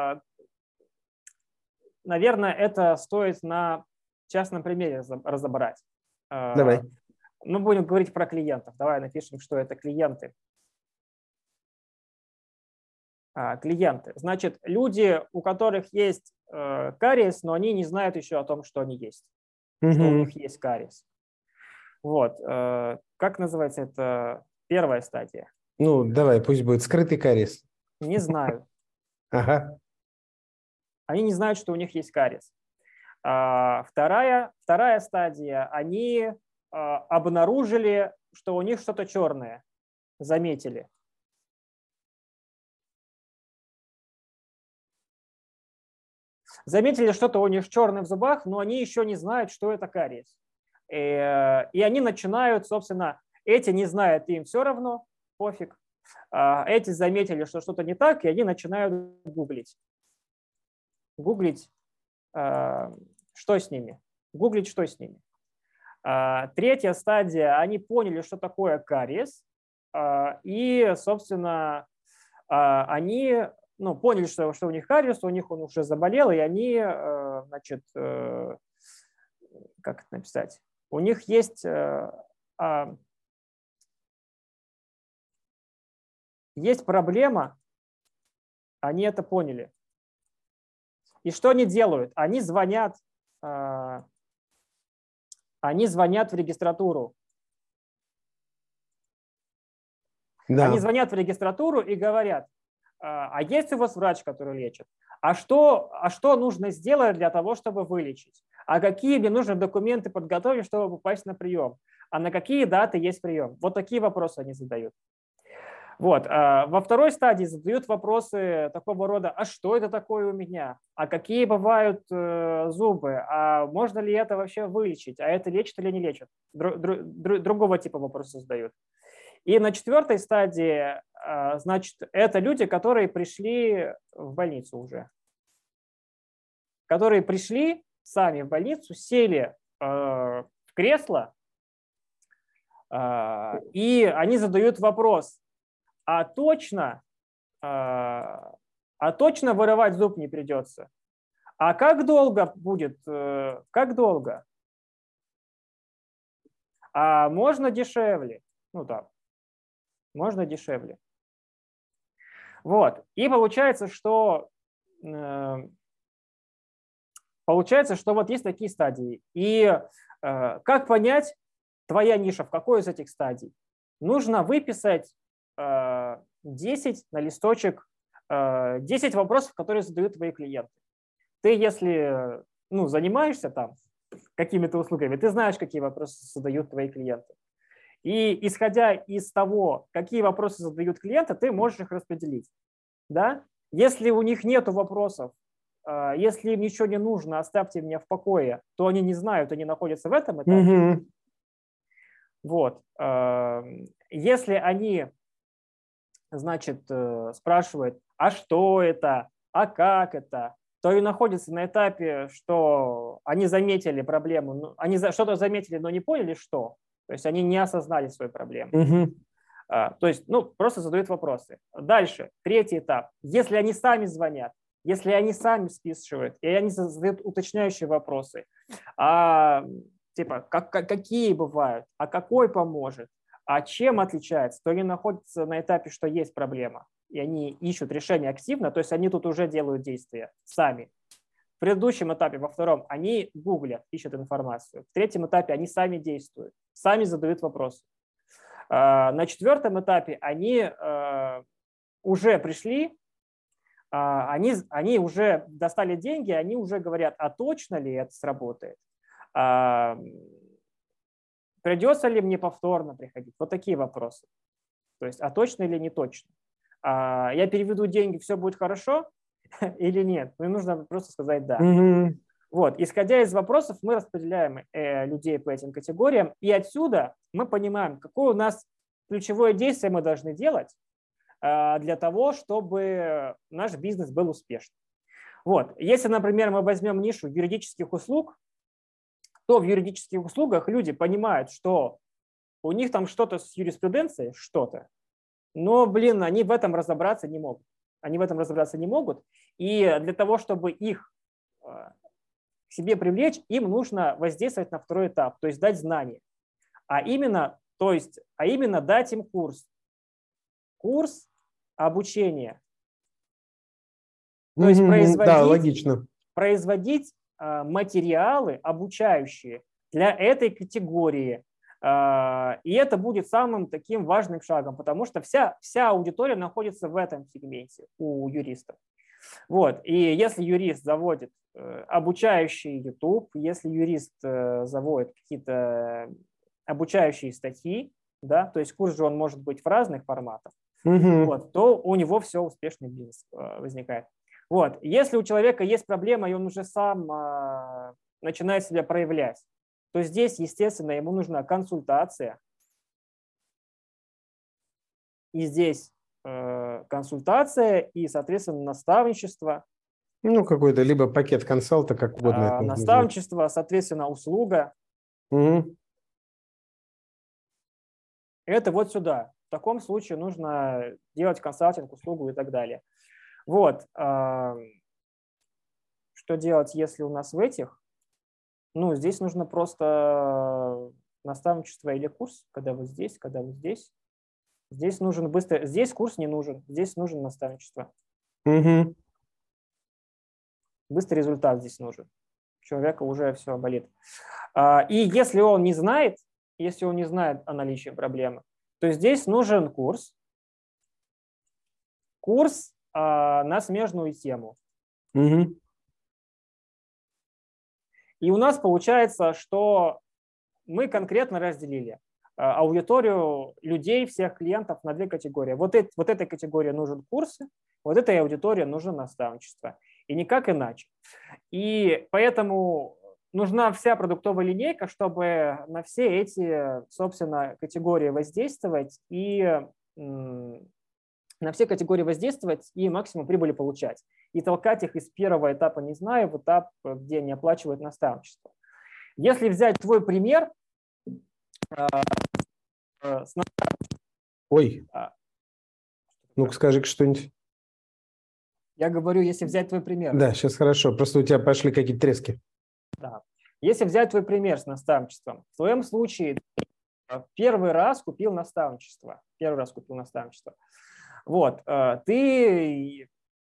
наверное, это стоит на частном примере разобрать. Давай. Мы будем говорить про клиентов. Давай напишем, что это клиенты. Клиенты. Значит, люди, у которых есть кариес, но они не знают еще о том, что они есть, угу. Что у них есть кариес. Вот. Как называется это первая стадия? Ну, давай, пусть будет скрытый кариес. Не знаю. Ага. Они не знают, что у них есть кариес. Вторая, вторая стадия. Они обнаружили, что у них что-то черное. Заметили. Заметили что-то у них черное в зубах, но они еще не знают, что это кариес. И, и они начинают, собственно, эти не знают, им все равно, пофиг. Эти заметили, что что-то не так, и они начинают гуглить. Гуглить, что с ними. Гуглить, что с ними. Третья стадия, они поняли, что такое кариес, и, собственно, они ну, поняли, что, что у них кариес, у них он уже заболел, и они, значит, как это написать, у них есть, есть проблема, они это поняли. И что они делают? Они звонят, они звонят в регистратуру. Да. Они звонят в регистратуру и говорят, а есть у вас врач, который лечит? А что, а что нужно сделать для того, чтобы вылечить? А какие мне нужны документы подготовить, чтобы попасть на прием? А на какие даты есть прием? Вот такие вопросы они задают. Вот. Во второй стадии задают вопросы такого рода, а что это такое у меня? А какие бывают зубы? А можно ли это вообще вылечить? А это лечит или не лечит? Другого типа вопросы задают. И на четвертой стадии, значит, это люди, которые пришли в больницу уже. Которые пришли сами в больницу, сели в кресло, и они задают вопрос, а точно, а точно вырывать зуб не придется? А как долго будет? Как долго? А можно дешевле? Ну так. Можно дешевле. Вот. И получается, что э, получается, что вот есть такие стадии. И э, как понять, твоя ниша в какой из этих стадий? Нужно выписать э, десять на листочек, э, десять вопросов, которые задают твои клиенты. Ты, если ну, занимаешься там какими-то услугами, ты знаешь, какие вопросы задают твои клиенты. И исходя из того, какие вопросы задают клиенты, ты можешь их распределить. Да? Если у них нет вопросов, если им ничего не нужно, оставьте меня в покое, то они не знают, они находятся в этом этапе. Mm-hmm. Вот. Если они, значит, спрашивают, а что это, а как это, то и находятся на этапе, что они заметили проблему, они что-то заметили, но не поняли, что. То есть они не осознали свою проблему. Угу. А, то есть, ну, просто задают вопросы. Дальше, третий этап. Если они сами звонят, если они сами списывают, и они задают уточняющие вопросы, а, типа, как, какие бывают, а какой поможет, А чем отличается? То они находятся на этапе, что есть проблема, и они ищут решение активно, то есть они тут уже делают действия сами. В предыдущем этапе, во втором, они гуглят, ищут информацию. В третьем этапе они сами действуют, сами задают вопросы. На четвертом этапе они уже пришли, они, они уже достали деньги, они уже говорят, а точно ли это сработает? Придется ли мне повторно приходить? Вот такие вопросы. То есть, а точно или не точно? Я переведу деньги, все будет хорошо или нет? Ну, нужно просто сказать «да». Mm-hmm. Вот. Исходя из вопросов, мы распределяем э, людей по этим категориям, и отсюда мы понимаем, какое у нас ключевое действие мы должны делать э, для того, чтобы наш бизнес был успешным. Вот. Если, например, мы возьмем нишу юридических услуг, то в юридических услугах люди понимают, что у них там что-то с юриспруденцией, что-то, но, блин, они в этом разобраться не могут. Они в этом разобраться не могут, и для того, чтобы их к себе привлечь, им нужно воздействовать на второй этап, то есть дать знания. А именно, то есть, а именно дать им курс. Курс обучения. То есть производить, да, логично. производить материалы обучающие для этой категории. И это будет самым таким важным шагом, потому что вся, вся аудитория находится в этом сегменте у юристов. Вот. И если юрист заводит обучающий YouTube, если юрист заводит какие-то обучающие статьи, да, то есть курс же он может быть в разных форматах, mm-hmm. вот, то у него все успешный бизнес возникает. Вот. Если у человека есть проблема, и он уже сам а, начинает себя проявлять, то здесь, естественно, ему нужна консультация. И здесь э, консультация и, соответственно, наставничество. Ну, какой-то либо пакет консалта, как угодно. Э, это наставничество, назвать. Соответственно, услуга. Угу. Это вот сюда. В таком случае нужно делать консалтинг, услугу и так далее. Вот. Э, что делать, если у нас в этих? Ну, здесь нужно просто наставничество или курс, когда вот здесь, когда вот здесь. Здесь нужен быстро, здесь курс не нужен, здесь нужен наставничество. Угу. Быстрый результат здесь нужен. У человека уже все болит. И если он не знает, если он не знает о наличии проблемы, то здесь нужен курс. Курс на смежную тему. Угу. И у нас получается, что мы конкретно разделили аудиторию людей, всех клиентов на две категории. Вот, это, вот этой категории нужен курсы, вот этой аудитории нужно наставничество. И никак иначе. И поэтому нужна вся продуктовая линейка, чтобы на все эти, собственно, категории воздействовать и на все категории воздействовать и максимум прибыли получать. И толкать их из первого этапа «не знаю» в этап, где не оплачивают наставничество. Если взять твой пример... С... Ой, ну-ка скажи что-нибудь. Я говорю, если взять твой пример. Да, сейчас хорошо, просто у тебя пошли какие-то трески. Да. Если взять твой пример с наставничеством, в твоем случае первый раз купил наставничество. Первый раз купил наставничество. Вот, ты,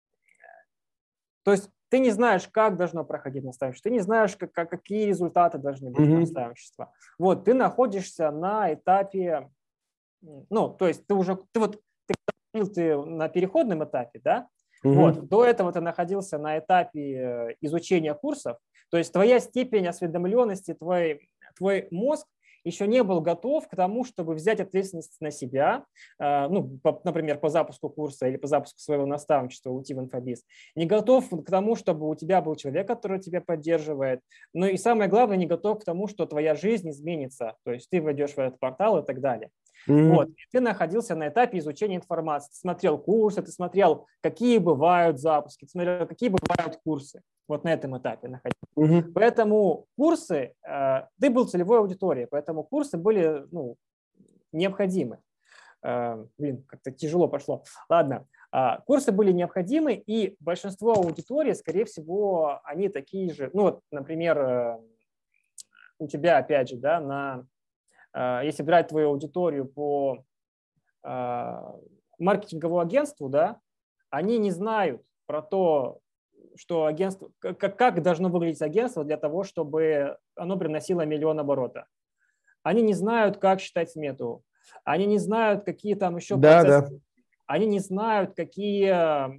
то есть ты не знаешь, как должно проходить наставничество, ты не знаешь, как, какие результаты должны быть mm-hmm. наставничества. Вот, ты находишься на этапе, ну, то есть ты уже, ты вот, ты, ты на переходном этапе, да, mm-hmm. вот, до этого ты находился на этапе изучения курсов, то есть твоя степень осведомленности, твой, твой мозг еще не был готов к тому, чтобы взять ответственность на себя, ну, по, например, по запуску курса или по запуску своего наставничества уйти в инфобиз. Не готов к тому, чтобы у тебя был человек, который тебя поддерживает. Ну и самое главное, не готов к тому, что твоя жизнь изменится. То есть ты войдешь в этот портал и так далее. Mm-hmm. Вот. Ты находился на этапе изучения информации. Ты смотрел курсы, ты смотрел, какие бывают запуски, ты смотрел, какие бывают курсы. Вот на этом этапе находился. Mm-hmm. Поэтому курсы, э, ты был целевой аудиторией, поэтому курсы были ну, необходимы. Э, блин, как-то тяжело пошло. Ладно, э, курсы были необходимы, и большинство аудитории, скорее всего, они такие же. Ну, вот, например, э, у тебя, опять же, да, на если брать твою аудиторию по маркетинговому агентству, да, они не знают про то, что агентство, как, как должно выглядеть агентство для того, чтобы оно приносило миллион оборота. Они не знают, как считать смету. Они не знают, какие там еще да, процессы. Да. Они не знают, какие...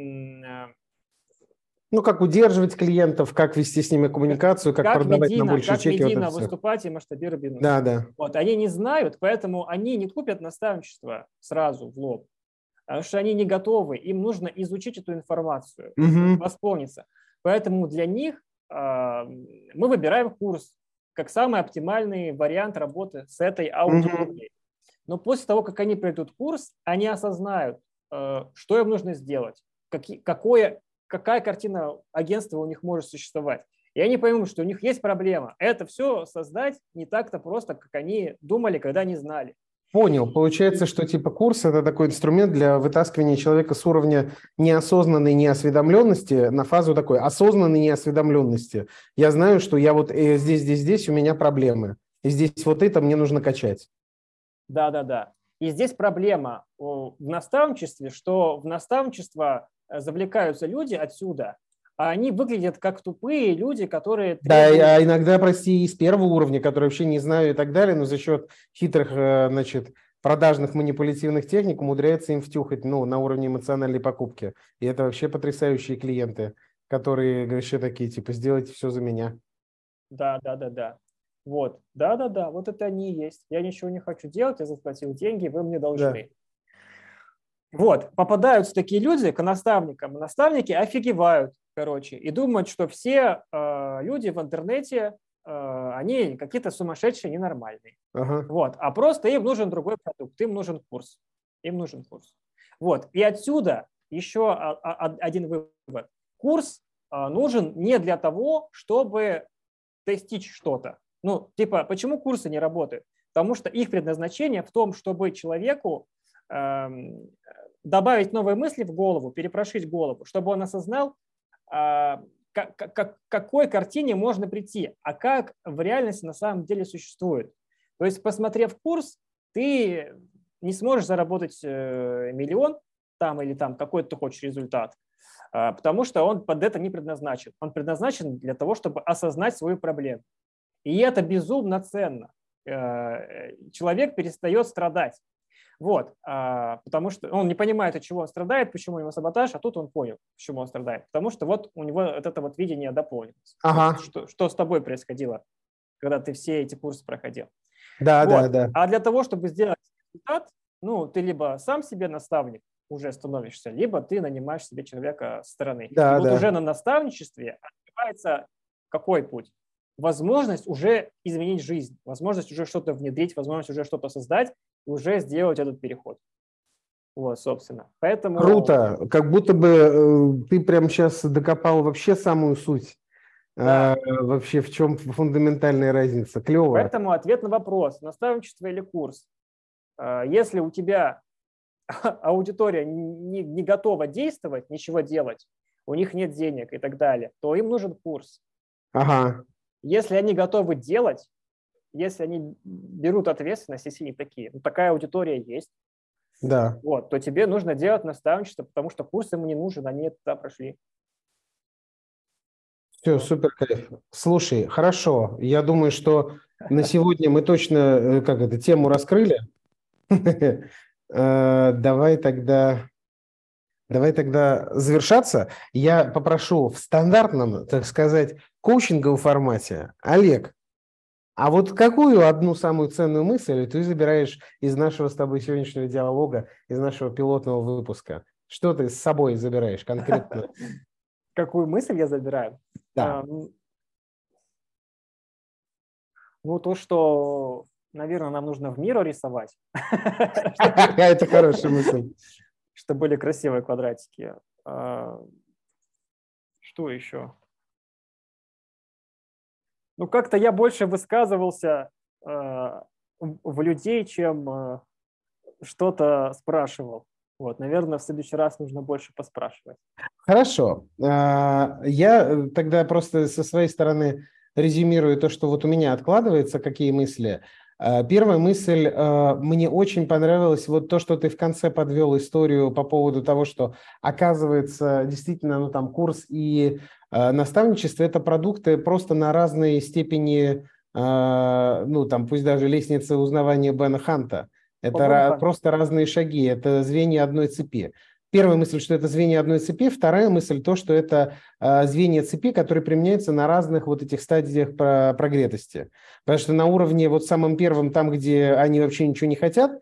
Ну, как удерживать клиентов, как вести с ними коммуникацию, как, как продавать медийно, на большие как чеки. Как медийно вот выступать и масштабировать бизнес. Да, да. Вот, они не знают, поэтому они не купят наставничество сразу в лоб. Потому что они не готовы, им нужно изучить эту информацию, угу. восполниться. Поэтому для них э, мы выбираем курс как самый оптимальный вариант работы с этой аудиторией. Угу. Но после того, как они пройдут курс, они осознают, э, что им нужно сделать, какие, какое, какая картина агентства у них может существовать. И они поймут, что у них есть проблема. Это все создать не так-то просто, как они думали, когда не знали. Понял. Получается, что типа курс – это такой инструмент для вытаскивания человека с уровня неосознанной неосведомленности на фазу такой осознанной неосведомленности. Я знаю, что я вот здесь, здесь, здесь у меня проблемы. И здесь вот это мне нужно качать. Да-да-да. И здесь проблема в наставничестве, что в наставничество завлекаются люди отсюда, а они выглядят как тупые люди, которые... Требуют... Да, а иногда, прости, из первого уровня, которые вообще не знаю и так далее, но за счет хитрых, значит, продажных манипулятивных техник умудряется им втюхать, ну, на уровне эмоциональной покупки. И это вообще потрясающие клиенты, которые вообще такие, типа, сделайте все за меня. Да, да, да, да. Вот, да, да, да, вот это они и есть. Я ничего не хочу делать, я заплатил деньги, вы мне должны. Да. Вот, попадаются такие люди к наставникам, наставники офигевают, короче, и думают, что все э, люди в интернете, э, они какие-то сумасшедшие, ненормальные. Ага. Вот, а просто им нужен другой продукт, им нужен курс, им нужен курс. Вот, и отсюда еще один вывод. Курс э, нужен не для того, чтобы достичь что-то. Ну, типа, почему курсы не работают? Потому что их предназначение в том, чтобы человеку э, добавить новые мысли в голову, перепрошить голову, чтобы он осознал, э, как, как, к какой картине можно прийти, а как в реальности на самом деле существует. То есть, посмотрев курс, ты не сможешь заработать э, миллион там или там какой ты хочешь результат, э, потому что он под это не предназначен. Он предназначен для того, чтобы осознать свою проблему. И это безумно ценно. Человек перестает страдать. Вот. Потому что он не понимает, от чего он страдает, почему у него саботаж, а тут он понял, почему он страдает. Потому что вот у него вот это вот видение дополнилось. Ага. Что, что с тобой происходило, когда ты все эти курсы проходил. Да, вот. да, да. А для того, чтобы сделать результат, ну, ты либо сам себе наставник уже становишься, либо ты нанимаешь себе человека со стороны. Да, И вот да. уже на наставничестве открывается какой путь? Возможность уже изменить жизнь, возможность уже что-то внедрить, возможность уже что-то создать и уже сделать этот переход. Вот, собственно. Поэтому... Круто. Как будто бы э, ты прямо сейчас докопал вообще самую суть. Да. Э, вообще в чем фундаментальная разница. Клево. Поэтому ответ на вопрос, наставничество или курс. Э, если у тебя аудитория не, не готова действовать, ничего делать, у них нет денег и так далее, то им нужен курс. Ага. Если они готовы делать, если они берут ответственность, если они такие, ну, такая аудитория есть, да. вот, то тебе нужно делать наставничество, потому что курс им не нужен, они это прошли. Все, супер кайф. Слушай, хорошо. Я думаю, что на сегодня мы точно как это, тему раскрыли. Давай тогда... Давай тогда завершаться. Я попрошу в стандартном, так сказать, коучинговом формате. Олег, а вот какую одну самую ценную мысль ты забираешь из нашего с тобой сегодняшнего диалога, из нашего пилотного выпуска? Что ты с собой забираешь конкретно? Какую мысль я забираю? Да. Ну, то, что, наверное, нам нужно в миру рисовать. Это хорошая мысль. Что были красивые квадратики. Что еще? Ну, как-то я больше высказывался в людей, чем что-то спрашивал. Вот, наверное, в следующий раз нужно больше поспрашивать. Хорошо. Я тогда просто со своей стороны резюмирую то, что вот у меня откладывается, какие мысли. Первая мысль, мне очень понравилось вот то, что ты в конце подвел историю по поводу того, что оказывается действительно, ну там курс и наставничество – это продукты просто на разной степени, ну там пусть даже лестницы узнавания Бена Ханта. Это просто разные шаги, это звенья одной цепи. Первая мысль, что это звенья одной цепи. Вторая мысль, то, что это э, звенья цепи, которые применяются на разных вот этих стадиях про прогретости. Потому что на уровне вот самым первым, там, где они вообще ничего не хотят,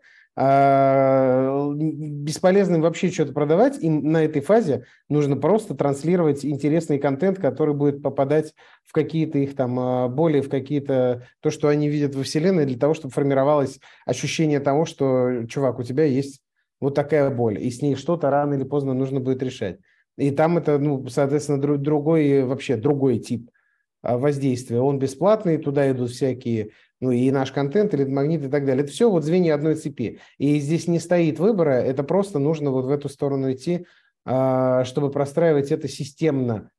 э, бесполезно им вообще что-то продавать. Им на этой фазе нужно просто транслировать интересный контент, который будет попадать в какие-то их там боли, в какие-то то, что они видят во Вселенной, для того, чтобы формировалось ощущение того, что, чувак, у тебя есть вот такая боль, и с ней что-то рано или поздно нужно будет решать. И там это, ну, соответственно, другой, вообще другой тип воздействия. Он бесплатный, туда идут всякие, ну, и наш контент, или магнит и так далее. Это все вот звенья одной цепи. И здесь не стоит выбора, это просто нужно вот в эту сторону идти, чтобы простраивать это системно.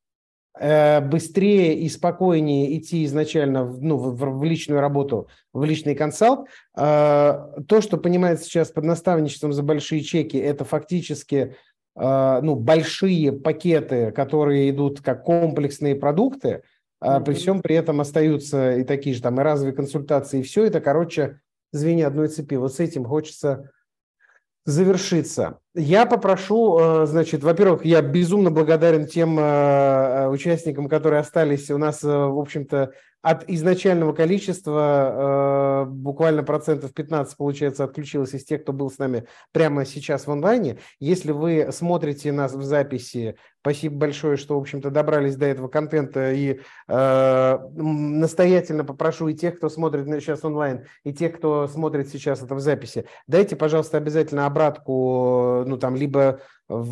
Быстрее и спокойнее идти изначально в, ну, в, в личную работу, в личный консалт. То, что понимается сейчас под наставничеством за большие чеки, это фактически ну, большие пакеты, которые идут как комплексные продукты, mm-hmm. при всем при этом остаются и такие же там и разовые консультации, и все это, короче, звенья одной цепи. Вот с этим хочется завершиться. Я попрошу, значит, во-первых, я безумно благодарен тем участникам, которые остались у нас, в общем-то, от изначального количества, буквально процентов пятнадцать, получается, отключилось из тех, кто был с нами прямо сейчас в онлайне. Если вы смотрите нас в записи, спасибо большое, что, в общем-то, добрались до этого контента, и э, настоятельно попрошу и тех, кто смотрит сейчас онлайн, и тех, кто смотрит сейчас это в записи, дайте, пожалуйста, обязательно обратку, ну, там, либо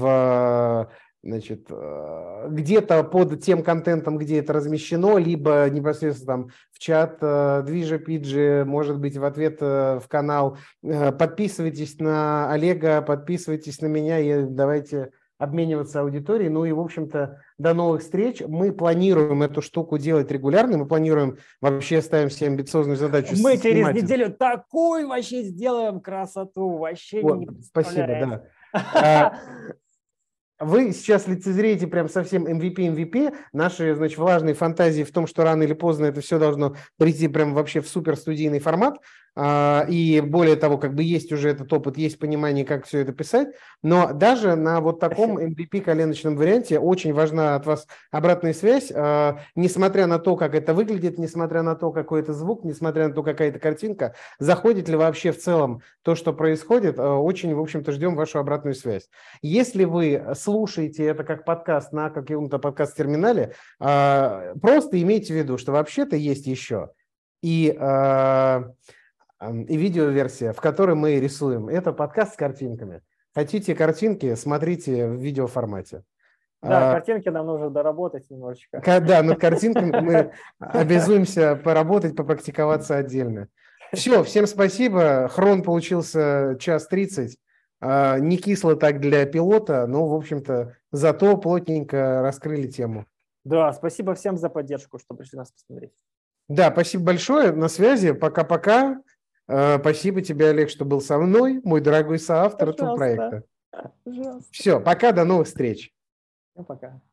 в... Значит, где-то под тем контентом, где это размещено, либо непосредственно там в чат Движа Пиджи, может быть, в ответ в канал. Подписывайтесь на Олега, подписывайтесь на меня и давайте обмениваться аудиторией. Ну и, в общем-то, до новых встреч. Мы планируем эту штуку делать регулярно, мы планируем, вообще ставим себе амбициозную задачу. Мы через неделю такую вообще сделаем красоту, вообще вот, не спасибо, да. Вы сейчас лицезреете прям совсем эм ви пи эм ви пи. Наши, значит, влажные фантазии в том, что рано или поздно это все должно прийти прям вообще в суперстудийный формат. И более того, как бы есть уже этот опыт, есть понимание, как все это писать. Но даже на вот таком эм ви пи-коленочном варианте очень важна от вас обратная связь. Несмотря на то, как это выглядит, несмотря на то, какой это звук, несмотря на то, какая это картинка, заходит ли вообще в целом то, что происходит, очень, в общем-то, ждем вашу обратную связь. Если вы слушаете это как подкаст на каком-то подкаст-терминале, просто имейте в виду, что вообще-то есть еще и... и видеоверсия, в которой мы рисуем. Это подкаст с картинками. Хотите картинки, смотрите в видеоформате. Да, а, картинки нам нужно доработать немножечко. Да, над картинками мы обязуемся поработать, попрактиковаться отдельно. Все, всем спасибо. Хрон получился час тридцать. Не кисло так для пилота, но, в общем-то, зато плотненько раскрыли тему. Да, спасибо всем за поддержку, что пришли нас посмотреть. Да, спасибо большое. На связи. Пока-пока. Спасибо тебе, Олег, что был со мной, мой дорогой соавтор этого проекта. Пожалуйста. Все, пока, до новых встреч. Ну, пока.